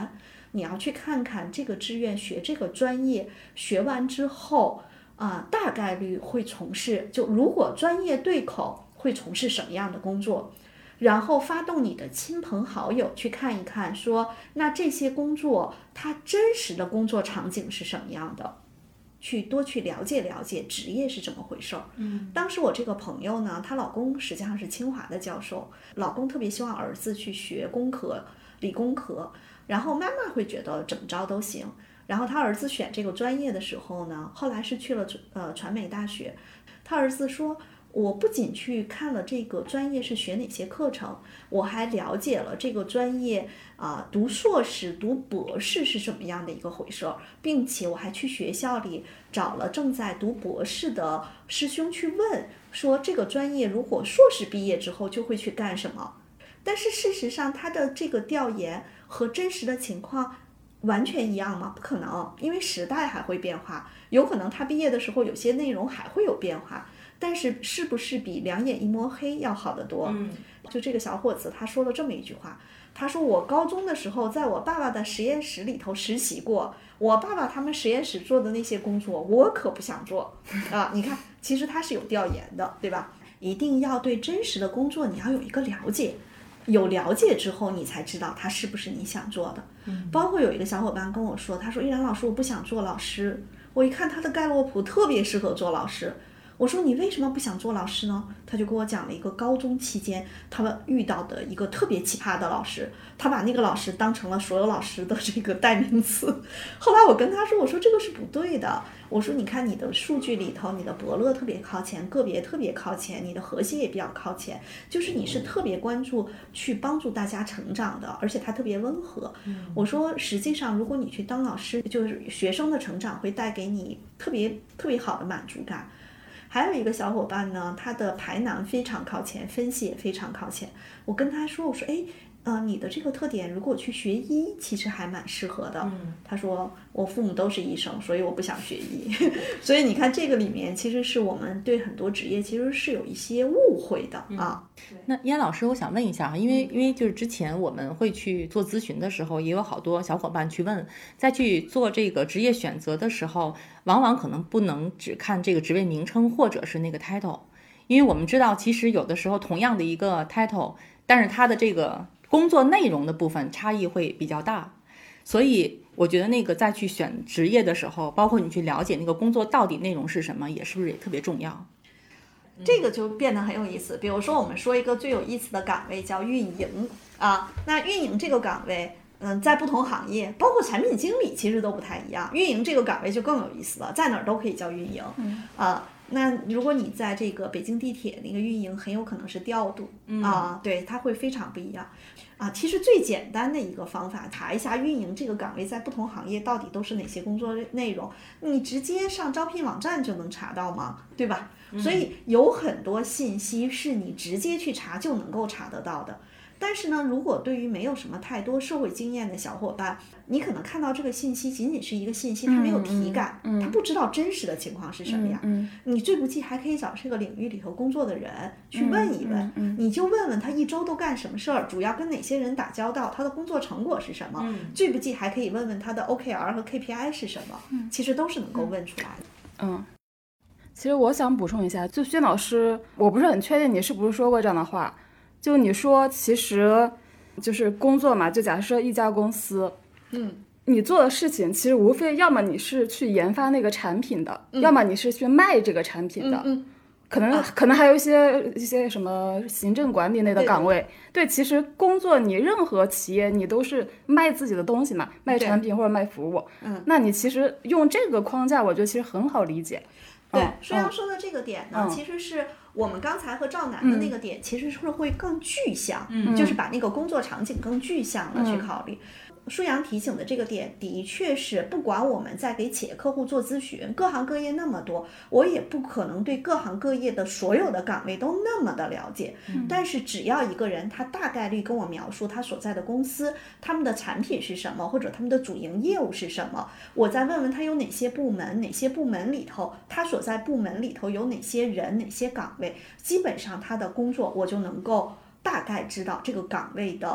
你要去看看这个志愿学这个专业学完之后啊、呃，大概率会从事，就如果专业对口会从事什么样的工作，然后发动你的亲朋好友去看一看，说那这些工作它真实的工作场景是什么样的，去多去了解了解职业是怎么回事儿。 嗯， 当时我这个朋友呢，她老公实际上是清华的教授，老公特别希望儿子去学工科、理工科，然后妈妈会觉得怎么着都行。然后他儿子选这个专业的时候呢，后来是去了呃传媒大学。他儿子说，我不仅去看了这个专业是学哪些课程，我还了解了这个专业啊、呃、读硕士、读博士是什么样的一个回事，并且我还去学校里找了正在读博士的师兄去问，说这个专业如果硕士毕业之后就会去干什么。但是事实上，他的这个调研和真实的情况完全一样吗？不可能，因为时代还会变化，有可能他毕业的时候有些内容还会有变化，但是是不是比两眼一摸黑要好得多？ 嗯， 就这个小伙子他说了这么一句话，他说我高中的时候在我爸爸的实验室里头实习过，我爸爸他们实验室做的那些工作我可不想做啊！你看，其实他是有调研的，对吧？一定要对真实的工作你要有一个了解，有了解之后你才知道它是不是你想做的。 嗯， 包括有一个小伙伴跟我说，他说依然老师我不想做老师，我一看他的盖洛普特别适合做老师。我说你为什么不想做老师呢？他就跟我讲了一个高中期间他们遇到的一个特别奇葩的老师，他把那个老师当成了所有老师的这个代名词。后来我跟他说，我说这个是不对的，我说你看你的数据里头，你的伯乐特别靠前，个别特别靠前，你的核心也比较靠前，就是你是特别关注去帮助大家成长的，而且他特别温和。 嗯， 我说实际上如果你去当老师，就是学生的成长会带给你特别特别好的满足感。还有一个小伙伴呢，他的排囊非常靠前，分析也非常靠前。我跟他说，我说，哎，呃，你的这个特点，如果去学医，其实还蛮适合的。 嗯， 他说，我父母都是医生，所以我不想学医。所以你看，这个里面其实是我们对很多职业其实是有一些误会的啊。 嗯、那燕老师，我想问一下哈，因为因为就是之前我们会去做咨询的时候，也有好多小伙伴去问，在去做这个职业选择的时候，往往可能不能只看这个职位名称或者是那个 title， 因为我们知道，其实有的时候同样的一个 title， 但是它的这个工作内容的部分差异会比较大，所以我觉得那个在去选职业的时候，包括你去了解那个工作到底内容是什么，也是不是也特别重要？ 这个就变得很有意思。比如说，我们说一个最有意思的岗位叫运营啊，那运营这个岗位，嗯，在不同行业，包括产品经理，其实都不太一样。运营这个岗位就更有意思了，在哪儿都可以叫运营， 嗯、 啊。那如果你在这个北京地铁那个运营，很有可能是调度、 嗯、 啊，对，它会非常不一样啊。其实最简单的一个方法，查一下运营这个岗位在不同行业到底都是哪些工作内容，你直接上招聘网站就能查到吗？对吧？ 嗯、 所以有很多信息是你直接去查就能够查得到的。但是呢，如果对于没有什么太多社会经验的小伙伴，你可能看到这个信息仅仅是一个信息，他没有体感， 嗯嗯、 他不知道真实的情况是什么样。 嗯嗯、 你最不济还可以找这个领域里头工作的人去问一问， 嗯嗯、 你就问问他一周都干什么事儿，主要跟哪些人打交道，他的工作成果是什么。 嗯、 最不济还可以问问他的 O K R 和 K P I 是什么， 嗯、 其实都是能够问出来的。 嗯，其实我想补充一下，就薛老师，我不是很确定你是不是说过这样的话，就你说其实就是工作嘛，就假设一家公司， 嗯， 你做的事情其实无非要么你是去研发那个产品的， 嗯、 要么你是去卖这个产品的， 嗯嗯、 可能、啊、可能还有一些一些什么行政管理类的岗位。对, 对, 对，其实工作你任何企业你都是卖自己的东西嘛，卖产品或者卖服务。 嗯， 那你其实用这个框架，我觉得其实很好理解。 对，舒阳说的这个点呢、 嗯， 其实是我们刚才和赵楠的那个点，其实是会更具象， 嗯， 就是把那个工作场景更具象了去考虑。嗯，舒阳提醒的这个点的确是，不管我们在给企业客户做咨询，各行各业那么多，我也不可能对各行各业的所有的岗位都那么的了解。 嗯， 但是只要一个人他大概率跟我描述他所在的公司，他们的产品是什么，或者他们的主营业务是什么，我再问问他有哪些部门，哪些部门里头他所在部门里头有哪些人，哪些岗位，基本上他的工作我就能够大概知道这个岗位的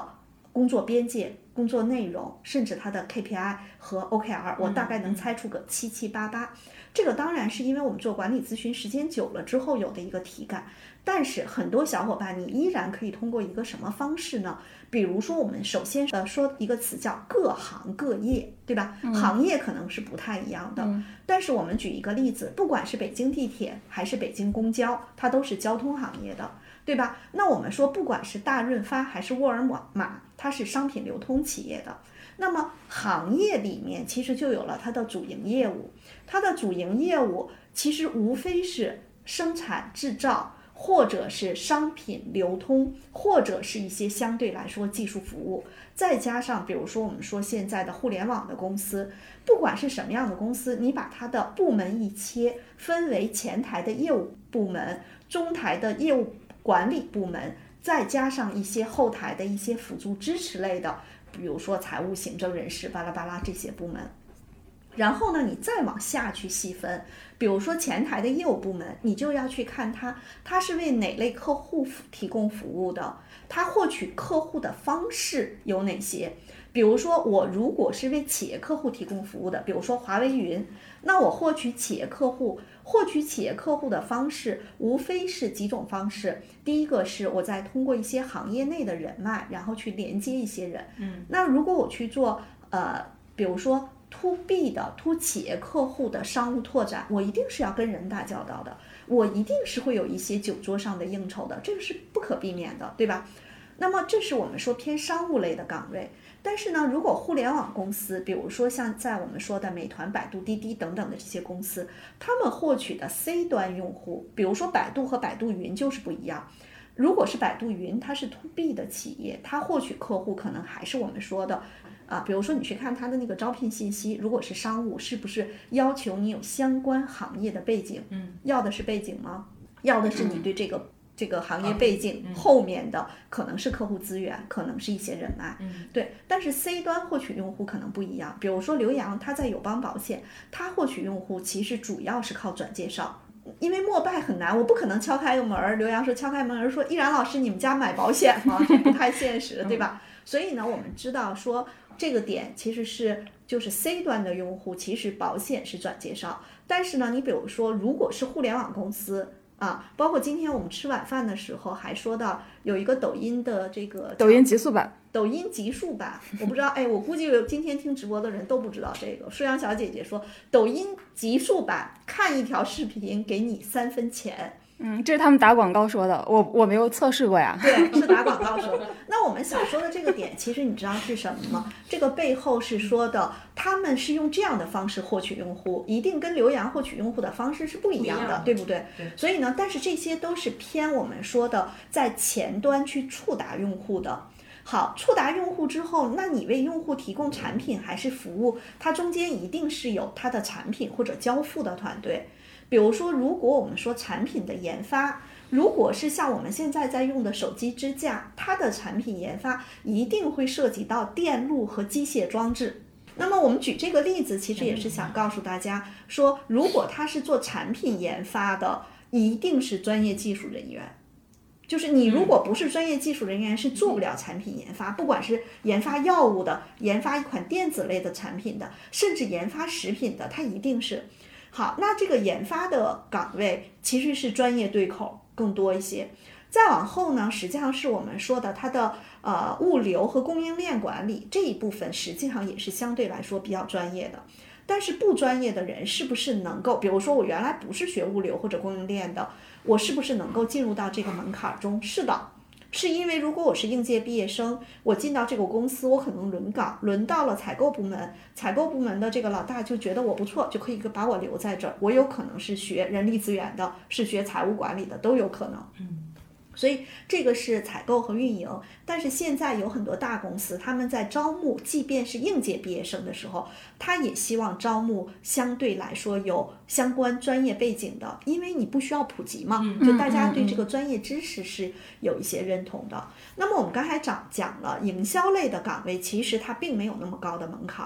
工作边界、工作内容，甚至它的 K P I 和 O K R， 我大概能猜出个七七八八。这个当然是因为我们做管理咨询时间久了之后有的一个体感，但是很多小伙伴你依然可以通过一个什么方式呢？比如说我们首先呃说一个词叫各行各业，对吧？嗯、行业可能是不太一样的、嗯，但是我们举一个例子，不管是北京地铁还是北京公交，它都是交通行业的，对吧？那我们说不管是大润发还是沃尔玛，它是商品流通企业的。那么行业里面其实就有了它的主营业务，它的主营业务其实无非是生产制造，或者是商品流通，或者是一些相对来说技术服务，再加上比如说我们说现在的互联网的公司，不管是什么样的公司，你把它的部门一切，分为前台的业务部门、中台的业务管理部门，再加上一些后台的一些辅助支持类的，比如说财务、行政、人事巴拉巴拉这些部门。然后呢，你再往下去细分，比如说前台的业务部门，你就要去看它，它是为哪类客户提供服务的，它获取客户的方式有哪些。比如说我如果是为企业客户提供服务的，比如说华为云，那我获取企业客户，获取企业客户的方式无非是几种方式。第一个是我在通过一些行业内的人脉，然后去连接一些人。嗯，那如果我去做呃，比如说to B 的 to 企业客户的商务拓展，我一定是要跟人打交道的，我一定是会有一些酒桌上的应酬的，这个是不可避免的，对吧？那么这是我们说偏商务类的岗位。但是呢，如果互联网公司，比如说像在我们说的美团、百度、滴滴等等的这些公司，他们获取的 C 端用户，比如说百度和百度云就是不一样。如果是百度云，它是 to B 的企业，它获取客户可能还是我们说的啊，比如说你去看它的那个招聘信息，如果是商务，是不是要求你有相关行业的背景？嗯，要的是背景吗？要的是你对这个、嗯、这个行业背景、嗯、后面的可能是客户资源，可能是一些人脉。嗯，对。但是 C 端获取用户可能不一样，比如说刘洋，他在友邦保险，他获取用户其实主要是靠转介绍。因为陌拜很难，我不可能敲开个门，刘洋说敲开门说，依然老师你们家买保险吗？这不太现实，对吧？所以呢，我们知道说这个点其实是就是 C 端的用户，其实保险是转介绍，但是呢，你比如说如果是互联网公司啊，包括今天我们吃晚饭的时候还说到有一个抖音的这个抖音极速版。 抖音极速版，我不知道，哎，我估计今天听直播的人都不知道这个。舒阳小姐姐说，抖音极速版，看一条视频给你三分钱。 嗯，这是他们打广告说的，我我没有测试过呀。 对，是打广告说的。那我们想说的这个点，其实你知道是什么吗？这个背后是说的，他们是用这样的方式获取用户，一定跟刘洋获取用户的方式是不一样的，不对不对？对。所以呢，但是这些都是偏我们说的在前端去触达用户的。好，触达用户之后，那你为用户提供产品还是服务，它中间一定是有它的产品或者交付的团队。比如说，如果我们说产品的研发，如果是像我们现在在用的手机支架，它的产品研发一定会涉及到电路和机械装置。那么我们举这个例子，其实也是想告诉大家说，如果他是做产品研发的，一定是专业技术人员。就是你如果不是专业技术人员，是做不了产品研发，不管是研发药物的，研发一款电子类的产品的，甚至研发食品的，它一定是。好，那这个研发的岗位其实是专业对口更多一些。再往后呢，实际上是我们说的它的呃物流和供应链管理这一部分，实际上也是相对来说比较专业的。但是不专业的人是不是能够，比如说我原来不是学物流或者供应链的，我是不是能够进入到这个门槛中？是的，是因为如果我是应届毕业生，我进到这个公司，我可能轮岗，轮到了采购部门，采购部门的这个老大就觉得我不错，就可以把我留在这儿。我有可能是学人力资源的，是学财务管理的，都有可能。嗯。所以这个是采购和运营，但是现在有很多大公司，他们在招募即便是应届毕业生的时候，他也希望招募相对来说有相关专业背景的，因为你不需要普及嘛，就大家对这个专业知识是有一些认同的。那么我们刚才讲讲了营销类的岗位，其实它并没有那么高的门槛。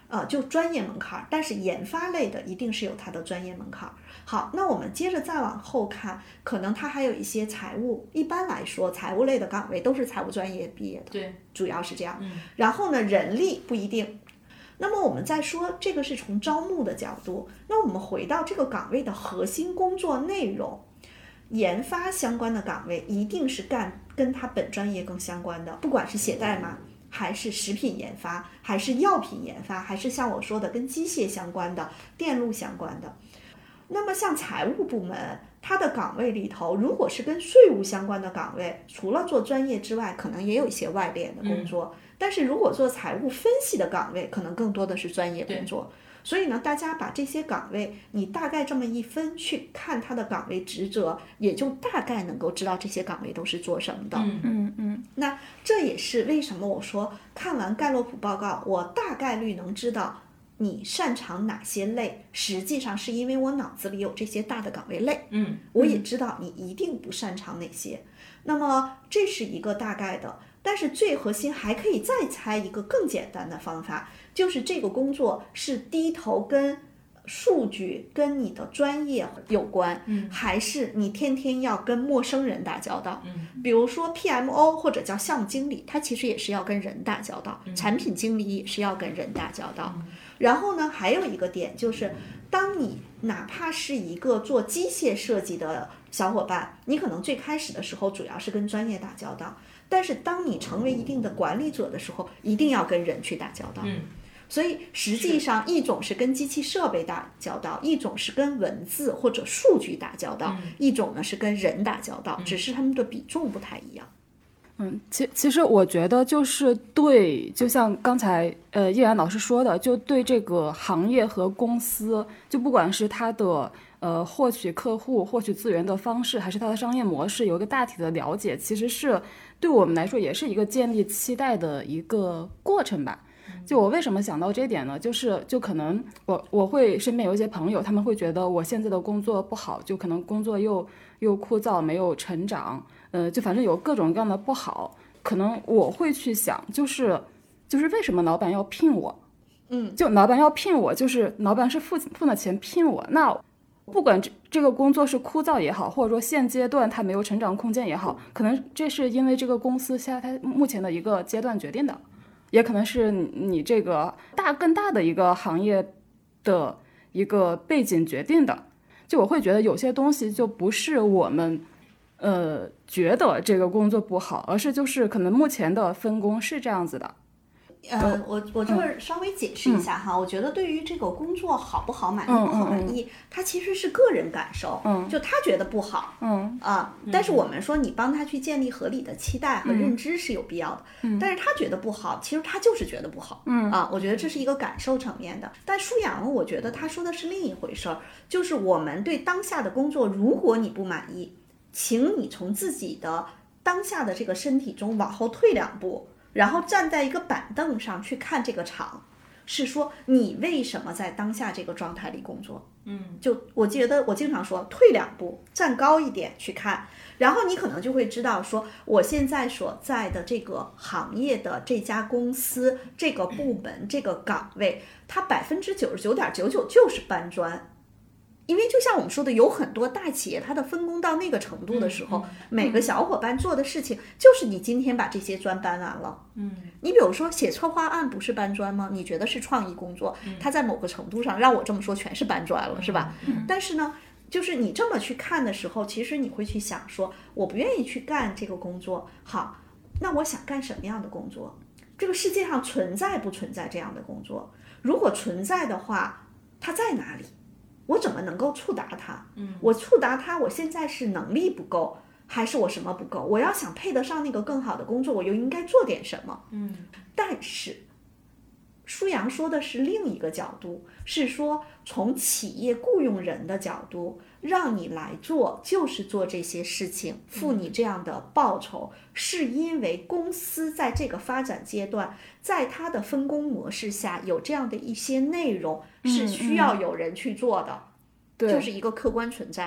呃，就专业门槛，但是研发类的一定是有它的专业门槛。好，那我们接着再往后看，可能它还有一些财务，一般来说财务类的岗位都是财务专业毕业的， 对， 主要是这样。 嗯， 然后呢，人力不一定。那么我们再说这个是从招募的角度，那我们回到这个岗位的核心工作内容，研发相关的岗位一定是干跟它本专业更相关的，不管是写代码，还是食品研发，还是药品研发，还是像我说的跟机械相关的、电路相关的。那么像财务部门，它的岗位里头，如果是跟税务相关的岗位，除了做专业之外，可能也有一些外联的工作。嗯、但是如果做财务分析的岗位，可能更多的是专业工作。所以呢，大家把这些岗位，你大概这么一分，去看它的岗位职责，也就大概能够知道这些岗位都是做什么的。 嗯嗯嗯。 那这也是为什么我说看完盖洛普报告，我大概率能知道你擅长哪些类，实际上是因为我脑子里有这些大的岗位类， 嗯， 我也知道你一定不擅长哪些。那么这是一个大概的，但是最核心还可以再猜一个更简单的方法，就是这个工作是低头跟数据跟你的专业有关， 嗯， 还是你天天要跟陌生人打交道， 嗯， 比如说 P M O 或者叫项目经理，他其实也是要跟人打交道， 嗯、 产品经理也是要跟人打交道。 嗯、 然后呢，还有一个点就是，当你哪怕是一个做机械设计的小伙伴，你可能最开始的时候主要是跟专业打交道，但是当你成为一定的管理者的时候，一定要跟人去打交道。 嗯， 所以实际上一种是跟机器设备打交道，一种是跟文字或者数据打交道， 嗯、 一种呢是跟人打交道， 嗯、 只是他们的比重不太一样。 嗯，其其实我觉得就是对，就像刚才呃叶然老师说的，就对这个行业和公司，就不管是它的呃获取客户、获取资源的方式，还是它的商业模式，有一个大体的了解，其实是对我们来说也是一个建立期待的一个过程吧。就我为什么想到这一点呢？就是就可能我我会身边有一些朋友，他们会觉得我现在的工作不好，就可能工作又又枯燥，没有成长。呃，就反正有各种各样的不好，可能我会去想，就是就是为什么老板要聘我？ 嗯， 就老板要聘我，就是老板是付付了钱聘我，那不管这这个工作是枯燥也好，或者说现阶段它没有成长空间也好，可能这是因为这个公司现在它目前的一个阶段决定的，也可能是你这个大更大的一个行业的一个背景决定的。就我会觉得有些东西就不是我们。呃，觉得这个工作不好，而是就是可能目前的分工是这样子的。 呃，我我这儿稍微解释一下哈，嗯、我觉得对于这个工作好不好、满意不好满意， 嗯嗯嗯、 它其实是个人感受， 嗯， 就他觉得不好， 嗯啊，但是我们说你帮他去建立合理的期待和认知是有必要的， 嗯， 但是他觉得不好，其实他就是觉得不好， 嗯啊，我觉得这是一个感受层面的。但舒阳，我觉得他说的是另一回事儿，就是我们对当下的工作，如果你不满意，请你从自己的当下的这个身体中往后退两步，然后站在一个板凳上去看这个场，是说你为什么在当下这个状态里工作。 嗯， 就我觉得我经常说退两步，站高一点去看，然后你可能就会知道说我现在所在的这个行业的这家公司、这个部门、这个岗位，它百分之九十九点九九就是搬砖。因为就像我们说的，有很多大企业它的分工到那个程度的时候， 嗯嗯、 每个小伙伴做的事情就是你今天把这些砖搬完了。 嗯， 你比如说写策划案不是搬砖吗？你觉得是创意工作， 嗯、 它在某个程度上让我这么说全是搬砖了， 嗯、 是吧？ 嗯、 但是呢，就是你这么去看的时候，其实你会去想说，我不愿意去干这个工作，好，那我想干什么样的工作？这个世界上存在不存在这样的工作？如果存在的话，它在哪里？我怎么能够触达它？ 嗯， 我触达它，我现在是能力不够，还是我什么不够？我要想配得上那个更好的工作，我又应该做点什么？ 嗯， 但是舒阳说的是另一个角度，是说从企业雇佣人的角度，让你来做就是做这些事情，付你这样的报酬，嗯、是因为公司在这个发展阶段，在它的分工模式下有这样的一些内容是需要有人去做的， 嗯嗯、 就是一个客观存在。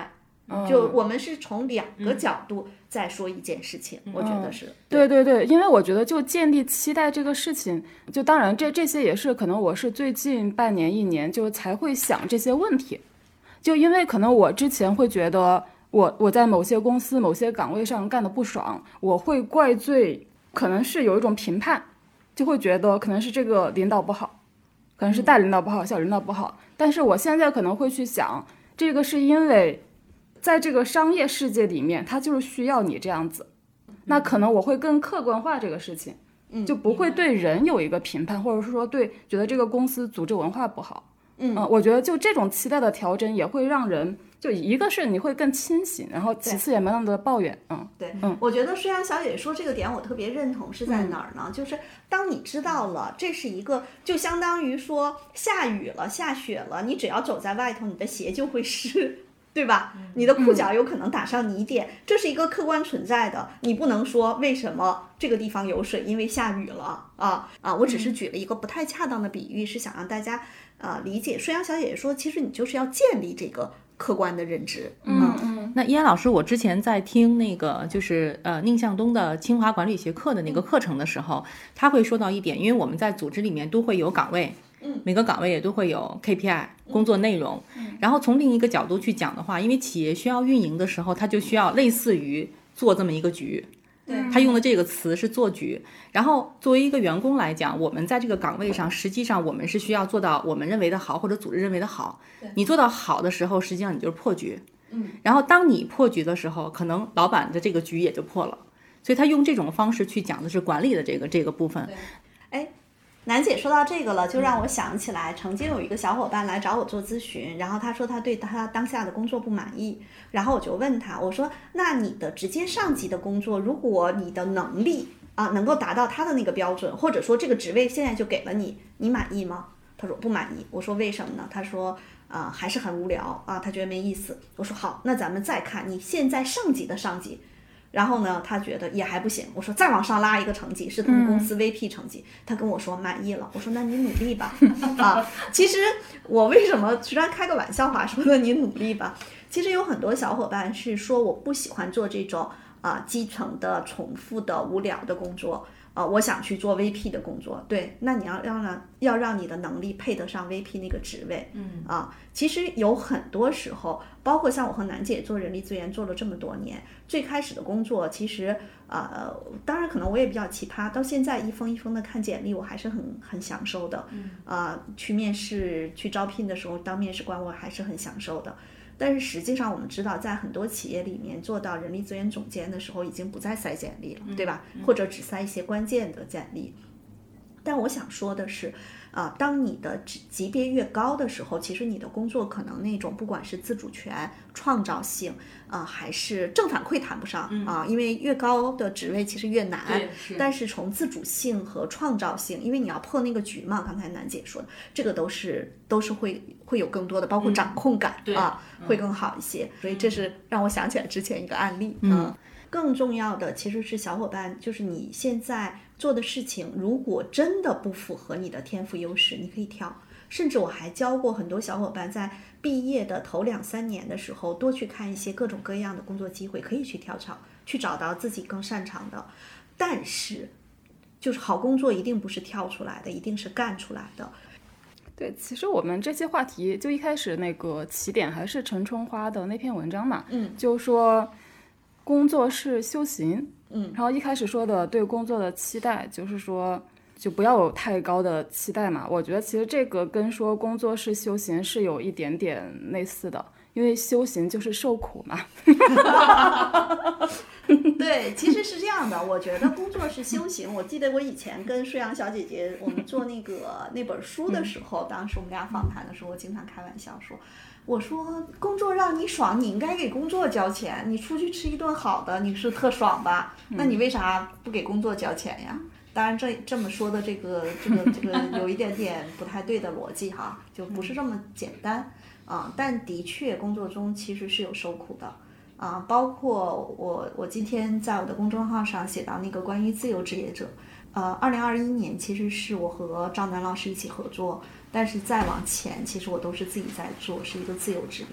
嗯、 就我们是从两个角度在说一件事情，嗯、我觉得是、嗯、 对对对，因为我觉得就建立期待这个事情，就当然这这些也是可能我是最近半年一年就才会想这些问题，就因为可能我之前会觉得我我在某些公司某些岗位上干的不爽，我会怪罪，可能是有一种评判，就会觉得可能是这个领导不好，可能是大领导不好，小领导不好，但是我现在可能会去想，这个是因为在这个商业世界里面，它就是需要你这样子，那可能我会更客观化这个事情，就不会对人有一个评判，或者是说对觉得这个公司组织文化不好。嗯、呃，我觉得就这种期待的调整也会让人，就一个是你会更清醒，然后其次也没那么多抱怨。嗯， 对，嗯，我觉得虽然小姐姐说这个点我特别认同，是在哪儿呢？嗯、就是当你知道了这是一个，就相当于说下雨了、下雪了，你只要走在外头，你的鞋就会湿。对吧？你的裤脚有可能打上泥点，嗯、这是一个客观存在的。你不能说为什么这个地方有水，因为下雨了啊啊！我只是举了一个不太恰当的比喻，是想让大家呃理解。顺阳小姐姐说，其实你就是要建立这个客观的认知。 嗯嗯。那依安老师，我之前在听那个就是呃宁向东的清华管理学课的那个课程的时候，他会说到一点，因为我们在组织里面都会有岗位。每个岗位也都会有 K P I 工作内容，然后从另一个角度去讲的话，因为企业需要运营的时候，它就需要类似于做这么一个局，他用的这个词是做局。然后作为一个员工来讲，我们在这个岗位上，实际上我们是需要做到我们认为的好，或者组织认为的好。你做到好的时候，实际上你就是破局。然后当你破局的时候，可能老板的这个局也就破了。所以他用这种方式去讲的是管理的这个这个部分。 哎。楠姐说到这个了，就让我想起来，曾经有一个小伙伴来找我做咨询，然后他说他对他当下的工作不满意，然后我就问他，我说那你的直接上级的工作，如果你的能力啊能够达到他的那个标准，或者说这个职位现在就给了你，你满意吗？他说不满意。我说为什么呢？他说啊、呃、还是很无聊啊，他觉得没意思。我说好，那咱们再看你现在上级的上级。然后呢，他觉得也还不行。我说再往上拉一个成绩，是他们公司 V P 成绩。嗯、他跟我说满意了。我说那你努力吧。啊，其实我为什么虽然开个玩笑话说呢，你努力吧。其实有很多小伙伴是说我不喜欢做这种啊基层的、重复的、无聊的工作。呃，我想去做 V P 的工作，对，那你要让让要让你的能力配得上 V P 那个职位，嗯啊，其实有很多时候，包括像我和楠姐做人力资源做了这么多年，最开始的工作其实呃，当然可能我也比较奇葩，到现在一封一封的看简历，我还是很很享受的，嗯啊，去面试去招聘的时候当面试官，我还是很享受的。但是实际上我们知道，在很多企业里面做到人力资源总监的时候，已经不再筛简历了，对吧？或者只筛一些关键的简历。但我想说的是，啊、呃，当你的级别越高的时候，其实你的工作可能那种不管是自主权、创造性，啊、呃，还是正反馈谈不上啊、呃，因为越高的职位其实越难。 是但是从自主性和创造性，因为你要破那个局嘛，刚才楠姐说的，这个都是都是会会有更多的，包括掌控感、 嗯、 啊，会更好一些。所以这是让我想起来之前一个案例。嗯，呃、更重要的其实是小伙伴，就是你现在做的事情，如果真的不符合你的天赋优势，你可以跳。甚至我还教过很多小伙伴，在毕业的头两三年的时候，多去看一些各种各样的工作机会，可以去跳槽，去找到自己更擅长的。但是，就是好工作一定不是跳出来的，一定是干出来的。 对，其实我们这些话题就一开始那个起点还是陈春花的那篇文章嘛， 嗯， 就说工作是修行。 嗯， 然后一开始说的对工作的期待，就是说就不要有太高的期待嘛。我觉得其实这个跟说工作是修行是有一点点类似的，因为修行就是受苦嘛。 对，其实是这样的，我觉得工作是修行。我记得我以前跟舒阳小姐姐我们做那个那本书的时候，当时我们俩访谈的时候，我经常开玩笑说，我说工作让你爽，你应该给工作交钱。你出去吃一顿好的，你是特爽吧？那你为啥不给工作交钱呀？当然这这么说的这个这个这个有一点点不太对的逻辑哈，就不是这么简单啊。但的确工作中其实是有受苦的啊，包括我我今天在我的公众号上写到那个关于自由职业者，呃，二零二一年其实是我和赵楠老师一起合作。但是再往前，其实我都是自己在做，是一个自由职业。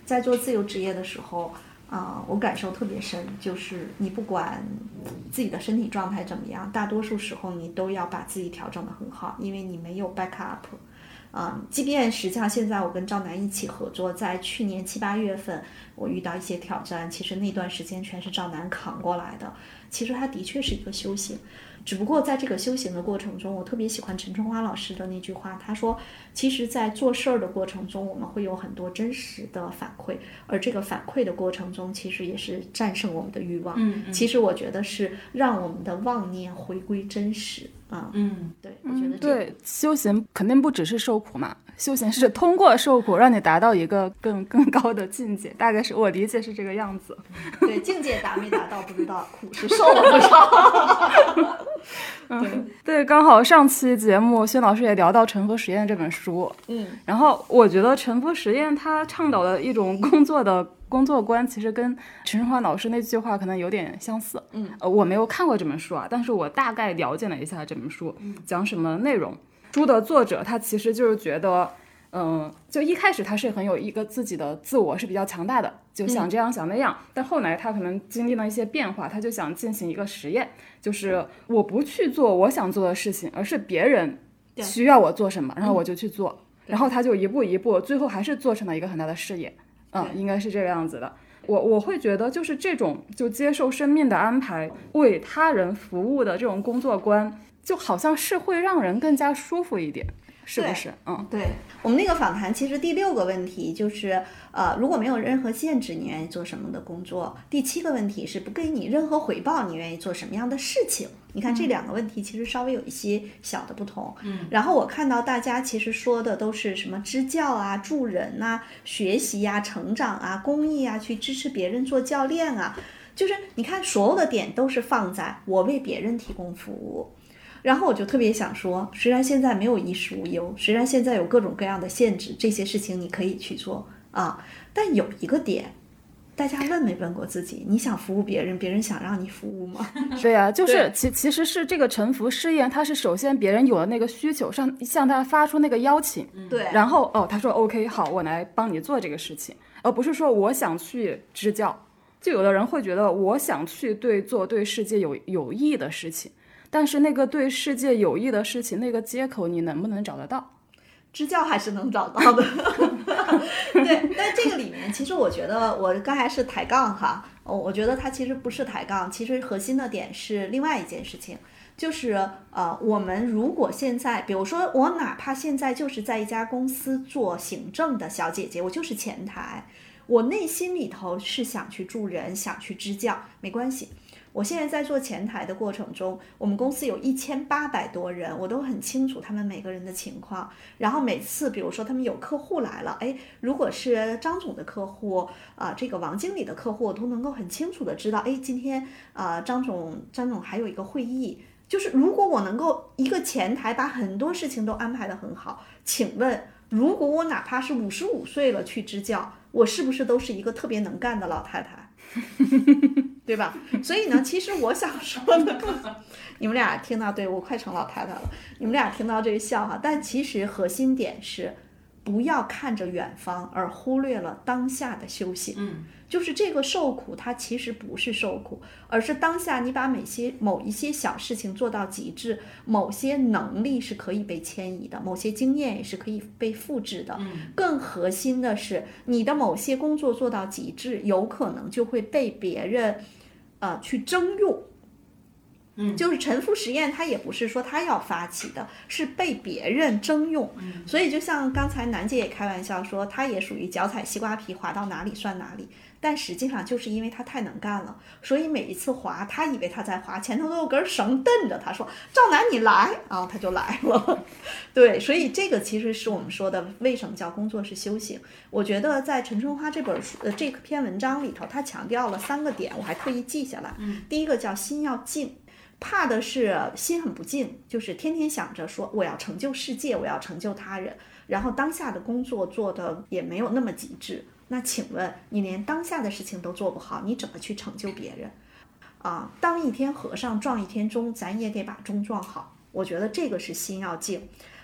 在做自由职业的时候，啊、呃，我感受特别深，就是你不管自己的身体状态怎么样，大多数时候你都要把自己调整得很好，因为你没有 backup。啊、嗯，即便实际上现在我跟赵楠一起合作，在去年七八月份我遇到一些挑战，其实那段时间全是赵楠扛过来的。其实它的确是一个修行，只不过在这个修行的过程中，我特别喜欢陈春花老师的那句话，他说其实在做事儿的过程中，我们会有很多真实的反馈，而这个反馈的过程中，其实也是战胜我们的欲望。 嗯嗯、 其实我觉得是让我们的妄念回归真实。啊， 嗯， 对，我觉得、 这个嗯、对，修行肯定不只是受苦嘛，修行是通过受苦让你达到一个更更高的境界，大概是我理解是这个样子。 对，境界达没达到不知道，苦是受了不少。 嗯，对，刚好上期节目薛老师也聊到《沉浮实验》这本书， 嗯， 然后我觉得《沉浮实验》它倡导的一种工作的工作观，其实跟陈春花老师那句话可能有点相似。 嗯， 呃，我没有看过这本书啊，但是我大概了解了一下这本书讲什么内容。书的作者他其实就是觉得，嗯、呃，就一开始他是很有一个自己的自我是比较强大的，就想这样想那样，嗯、但后来他可能经历了一些变化，他就想进行一个实验，就是我不去做我想做的事情，而是别人需要我做什么，然后我就去做，然后他就一步一步，最后还是做成了一个很大的事业。嗯，应该是这个样子的。我我会觉得就是这种就接受生命的安排，为他人服务的这种工作观，就好像是会让人更加舒服一点，是不是？嗯， 对。我们那个访谈其实第六个问题就是，呃，如果没有任何限制，你愿意做什么的工作？第七个问题是不给你任何回报，你愿意做什么样的事情？你看这两个问题其实稍微有一些小的不同。嗯，然后我看到大家其实说的都是什么支教啊、助人啊、学习呀、啊、成长啊、公益啊，去支持别人做教练啊，就是你看所有的点都是放在我为别人提供服务。然后我就特别想说，虽然现在没有衣食无忧，虽然现在有各种各样的限制，这些事情你可以去做啊，但有一个点。大家问没问过自己，你想服务别人，别人想让你服务吗？ 对呀、啊，就是其其实是这个沉浮试验，它是首先别人有了那个需求，上向他发出那个邀请， 对， 然后哦，他说 OK 好，我来帮你做这个事情，而不是说我想去支教。就有的人会觉得我想去对做对世界有有益的事情，但是那个对世界有益的事情，那个接口你能不能找得到？ 支教还是能找到的。对，但这个里面其实我觉得我刚才是抬杠哈，我觉得它其实不是抬杠，其实核心的点是另外一件事情，就是呃，我们如果现在比如说我哪怕现在就是在一家公司做行政的小姐姐，我就是前台，我内心里头是想去助人，想去支教，没关系。我现在在做前台的过程中，我们公司有一千八百多人，我都很清楚他们每个人的情况。然后每次，比如说他们有客户来了，哎，如果是张总的客户啊、呃，这个王经理的客户，我都能够很清楚的知道，哎，今天啊、呃，张总张总还有一个会议。就是如果我能够一个前台把很多事情都安排得很好，请问，如果我哪怕是五十五岁了去支教，我是不是都是一个特别能干的老太太？对吧？所以呢，其实我想说的，你们俩听到，对，我快成老太太了，你们俩听到这个笑话，但其实核心点是不要看着远方而忽略了当下的修行。嗯，就是这个受苦它其实不是受苦，而是当下你把每些某一些小事情做到极致，某些能力是可以被迁移的，某些经验也是可以被复制的。嗯，更核心的是你的某些工作做到极致，有可能就会被别人呃去征用。嗯，就是沉浮实验，它也不是说他要发起的，是被别人征用。嗯，所以就像刚才楠姐也开玩笑说，他也属于脚踩西瓜皮，滑到哪里算哪里。但实际上就是因为他太能干了，所以每一次滑，他以为他在滑，前头都有根绳蹬着他，说赵楠你来，然后他就来了。对，所以这个其实是我们说的为什么叫工作是修行。我觉得在陈春花这本书呃这篇文章里头，他强调了三个点，我还特意记下来。嗯，第一个叫心要静。怕的是心很不静，就是天天想着说我要成就世界，我要成就他人，然后当下的工作做的也没有那么极致。那请问你连当下的事情都做不好，你怎么去成就别人啊？当一天和尚撞一天钟，咱也得把钟撞好。我觉得这个是心要静。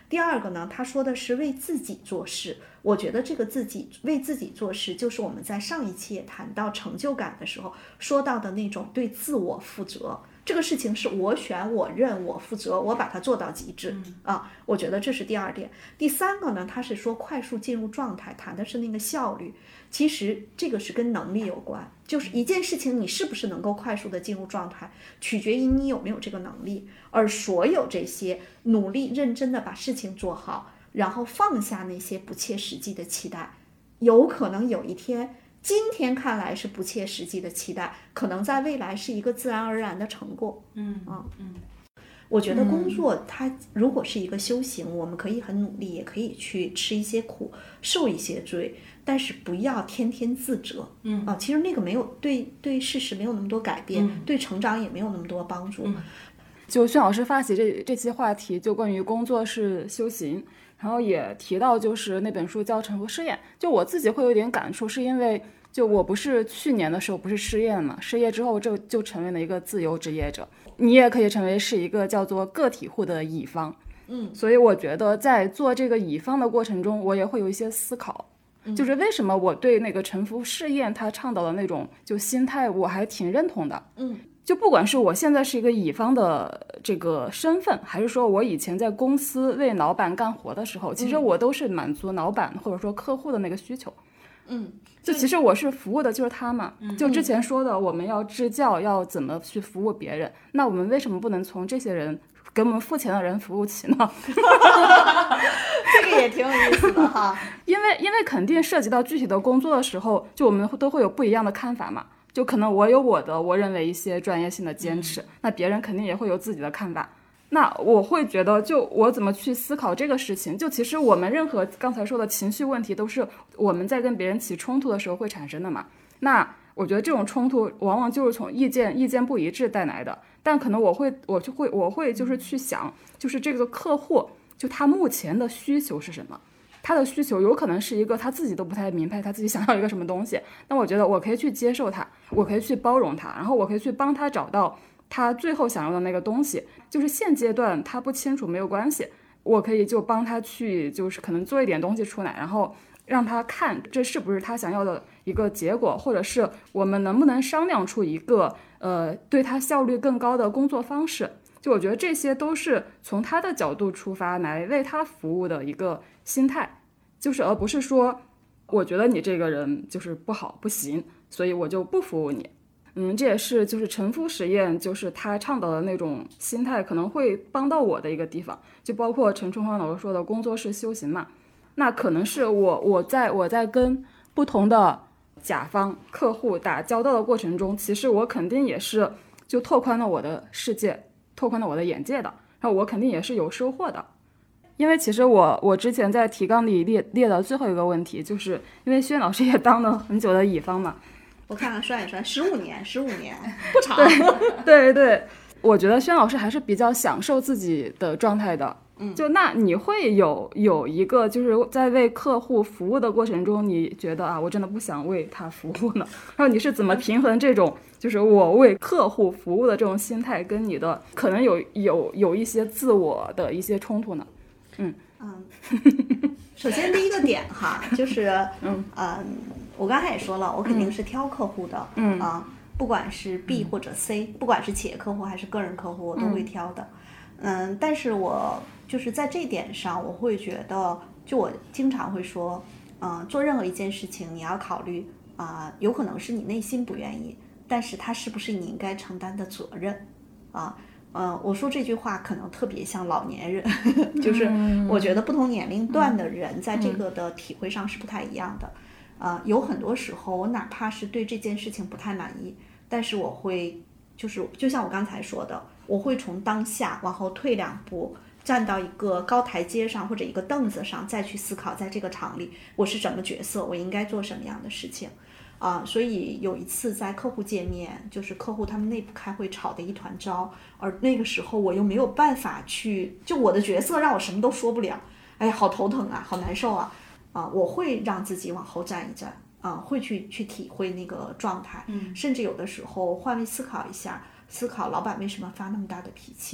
第二个呢，他说的是为自己做事。我觉得这个自己为自己做事，就是我们在上一期也谈到成就感的时候说到的那种对自我负责。这个事情是我选我认我负责，我把它做到极致、嗯、啊，我觉得这是第二点。第三个呢，他是说快速进入状态，谈的是那个效率。其实这个是跟能力有关，就是一件事情你是不是能够快速的进入状态，取决于你有没有这个能力。而所有这些努力认真的把事情做好，然后放下那些不切实际的期待，有可能有一天，今天看来是不切实际的期待，可能在未来是一个自然而然的成果。 嗯啊嗯， 我觉得工作它如果是一个修行，我们可以很努力，也可以去吃一些苦，受一些罪，但是不要天天自责。 嗯啊，其实那个没有对对事实没有那么多改变、 嗯， 对成长也没有那么多帮助。 嗯， 就薛老师发起这这期话题，就关于工作是修行，然后也提到就是那本书叫《沉浮试验》，就我自己会有点感触，是因为就我不是去年的时候不是失业嘛，失业之后就就成为了一个自由职业者，你也可以成为是一个叫做个体户的乙方。 嗯， 所以我觉得在做这个乙方的过程中，我也会有一些思考，就是为什么我对那个沉浮试验他倡导的那种就心态我还挺认同的。 嗯， 就不管是我现在是一个乙方的这个身份，还是说我以前在公司为老板干活的时候，其实我都是满足老板或者说客户的那个需求。 嗯， 就其实我是服务的就是他嘛，就之前说的我们要支教，要怎么去服务别人，那我们为什么不能从这些人给我们付钱的人服务起呢？ 这个也挺有意思的哈。 因为因为肯定涉及到具体的工作的时候，就我们都会有不一样的看法嘛。就可能我有我的我认为一些专业性的坚持、嗯、那别人肯定也会有自己的看法。那我会觉得就我怎么去思考这个事情，就其实我们任何刚才说的情绪问题都是我们在跟别人起冲突的时候会产生的嘛。那我觉得这种冲突往往就是从意见意见不一致带来的，但可能我会我就会我会就是去想，就是这个客户就他目前的需求是什么，他的需求有可能是一个他自己都不太明白他自己想要一个什么东西，那我觉得我可以去接受他，我可以去包容他，然后我可以去帮他找到他最后想要的那个东西。就是现阶段他不清楚没有关系，我可以就帮他去就是可能做一点东西出来，然后让他看这是不是他想要的一个结果，或者是我们能不能商量出一个呃对他效率更高的工作方式。就我觉得这些都是从他的角度出发来为他服务的一个心态，就是而不是说我觉得你这个人就是不好不行，所以我就不服务你。嗯，这也是就是沉浮实验就是他倡导的那种心态可能会帮到我的一个地方，就包括陈春花老师说的工作是修行嘛，那可能是我我在我在跟不同的甲方客户打交道的过程中，其实我肯定也是就拓宽了我的世界，拓宽了我的眼界的，然后我肯定也是有收获的。因为其实我我之前在提纲里列列的最后一个问题，就是因为薛老师也当了很久的乙方嘛， 我看看算一算，十五年，十五年不长。 对对对，我觉得薛老师还是比较享受自己的状态的。 嗯， 就那你会有有一个就是在为客户服务的过程中，你觉得啊，我真的不想为他服务呢？然后你是怎么平衡这种就是我为客户服务的这种心态，跟你的可能有有有一些自我的一些冲突呢？嗯嗯，首先第一个点哈，就是嗯嗯，我刚才也说了，我肯定是挑客户的。 嗯啊，不管是 B 或者 C，、嗯、不管是企业客户还是个人客户，我都会挑的。嗯，但是我就是在这点上，我会觉得，就我经常会说，嗯，做任何一件事情，你要考虑啊、呃，有可能是你内心不愿意，但是它是不是你应该承担的责任啊？嗯、呃，我说这句话可能特别像老年人，就是我觉得不同年龄段的人在这个的体会上是不太一样的。啊、呃，有很多时候我哪怕是对这件事情不太满意，但是我会就是就像我刚才说的，我会从当下往后退两步，站到一个高台阶上或者一个凳子上，再去思考在这个场里我是什么角色，我应该做什么样的事情。啊、呃，所以有一次在客户界面，就是客户他们内部开会吵得一团糟，而那个时候我又没有办法去，就我的角色让我什么都说不了，哎呀，好头疼啊，好难受啊，啊、呃，我会让自己往后站一站，啊、呃，会去去体会那个状态， 嗯， 甚至有的时候换位思考一下，思考老板为什么发那么大的脾气，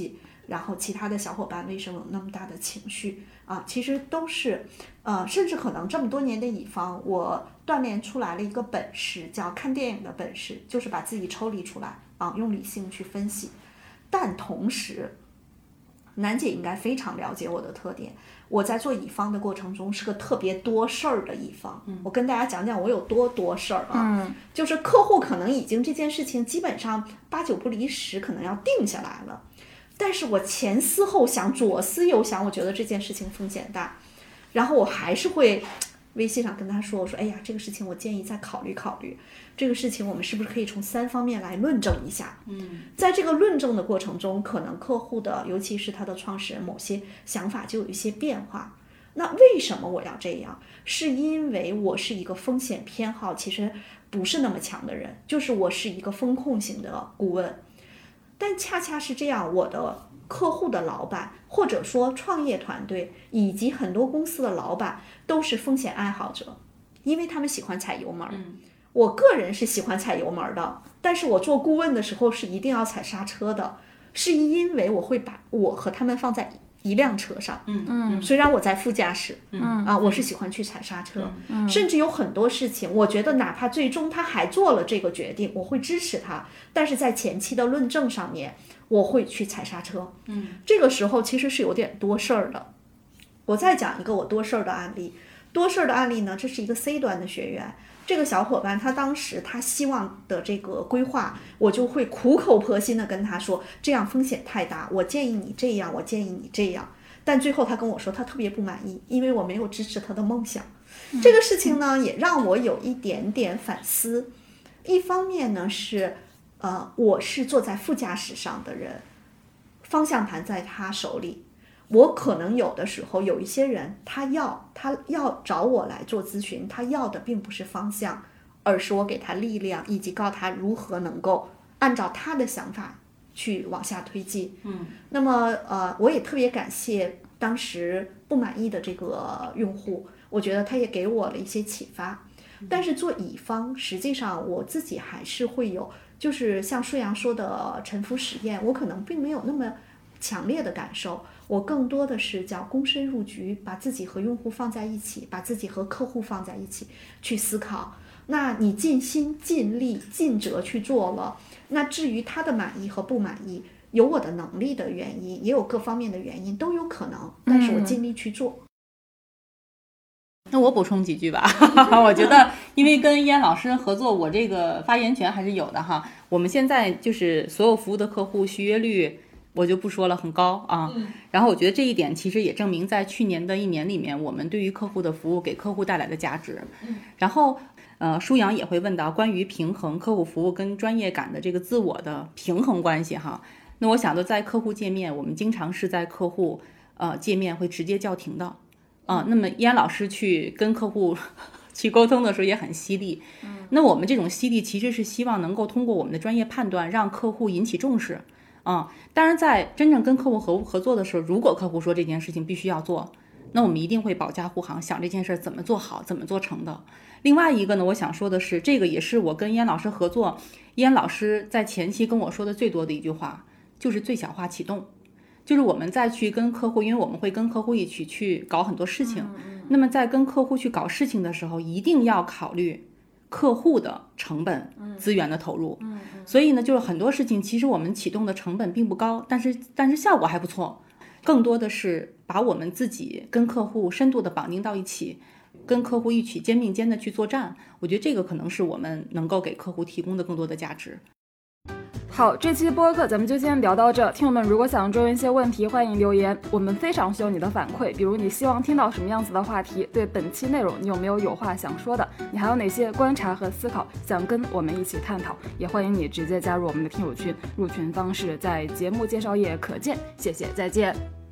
然后其他的小伙伴为什么有那么大的情绪啊？其实都是，呃，甚至可能这么多年的乙方，我锻炼出来了一个本事，叫看电影的本事，就是把自己抽离出来啊，用理性去分析。但同时，楠姐应该非常了解我的特点，我在做乙方的过程中是个特别多事儿的乙方。嗯、我跟大家讲讲我有多多事儿啊、 嗯， 就是客户可能已经这件事情基本上八九不离十，可能要定下来了。但是我前思后想，左思右想，我觉得这件事情风险大，然后我还是会微信上跟他说，我说哎呀，这个事情我建议再考虑考虑，这个事情我们是不是可以从三方面来论证一下。嗯，在这个论证的过程中，可能客户的尤其是他的创始人某些想法就有一些变化。那为什么我要这样？是因为我是一个风险偏好其实不是那么强的人，就是我是一个风控型的顾问。但恰恰是这样，我的客户的老板或者说创业团队以及很多公司的老板都是风险爱好者，因为他们喜欢踩油门。嗯，我个人是喜欢踩油门的，但是我做顾问的时候是一定要踩刹车的，是因为我会把我和他们放在一辆车上。嗯嗯，虽然我在副驾驶，嗯啊，我是喜欢去踩刹车。嗯，甚至有很多事情，我觉得哪怕最终他还做了这个决定，我会支持他，但是在前期的论证上面，我会去踩刹车。嗯，这个时候其实是有点多事儿的。我再讲一个我多事儿的案例。多事儿的案例呢，这是一个 C 端的学员。这个小伙伴他当时他希望的这个规划，我就会苦口婆心的跟他说，这样风险太大，我建议你这样，我建议你这样。但最后他跟我说他特别不满意，因为我没有支持他的梦想。嗯、这个事情呢也让我有一点点反思。一方面呢是呃我是坐在副驾驶上的人，方向盘在他手里，我可能有的时候有一些人他要他要找我来做咨询，他要的并不是方向，而是我给他力量，以及告诉他如何能够按照他的想法去往下推进。嗯，那么呃我也特别感谢当时不满意的这个用户，我觉得他也给我了一些启发。但是做乙方实际上我自己还是会有，就是像舒阳说的沉浮实验，我可能并没有那么强烈的感受，我更多的是叫躬身入局，把自己和用户放在一起，把自己和客户放在一起去思考。那你尽心尽力尽责去做了，那至于他的满意和不满意，有我的能力的原因，也有各方面的原因，都有可能，但是我尽力去做。嗯， 那我补充几句吧。我觉得因为跟依安老师合作，我这个发言权还是有的哈。我们现在就是所有服务的客户续约率我就不说了，很高啊。嗯、然后我觉得这一点其实也证明在去年的一年里面，我们对于客户的服务给客户带来的价值。嗯、然后呃，舒阳也会问到关于平衡客户服务跟专业感的这个自我的平衡关系哈。那我想的在客户界面，我们经常是在客户呃界面会直接叫停的啊。那么依安老师去跟客户去沟通的时候也很犀利。嗯、那我们这种犀利其实是希望能够通过我们的专业判断，让客户引起重视。啊、嗯，当然，在真正跟客户合合作的时候，如果客户说这件事情必须要做，那我们一定会保驾护航，想这件事怎么做好，怎么做成的。另外一个呢，我想说的是，这个也是我跟依安老师合作，依安老师在前期跟我说的最多的一句话，就是最小化启动。就是我们再去跟客户，因为我们会跟客户一起去搞很多事情，嗯、那么在跟客户去搞事情的时候，一定要考虑客户的成本、资源的投入。嗯嗯、所以呢，就是很多事情其实我们启动的成本并不高，但是但是效果还不错。更多的是把我们自己跟客户深度的绑定到一起，跟客户一起肩并肩的去作战。我觉得这个可能是我们能够给客户提供的更多的价值。 好，这期播客咱们就先聊到这。听友们如果想追问一些问题，欢迎留言，我们非常需要你的反馈。比如你希望听到什么样子的话题，对本期内容你有没有有话想说的，你还有哪些观察和思考想跟我们一起探讨，也欢迎你直接加入我们的听友群，入群方式在节目介绍页可见。谢谢，再见。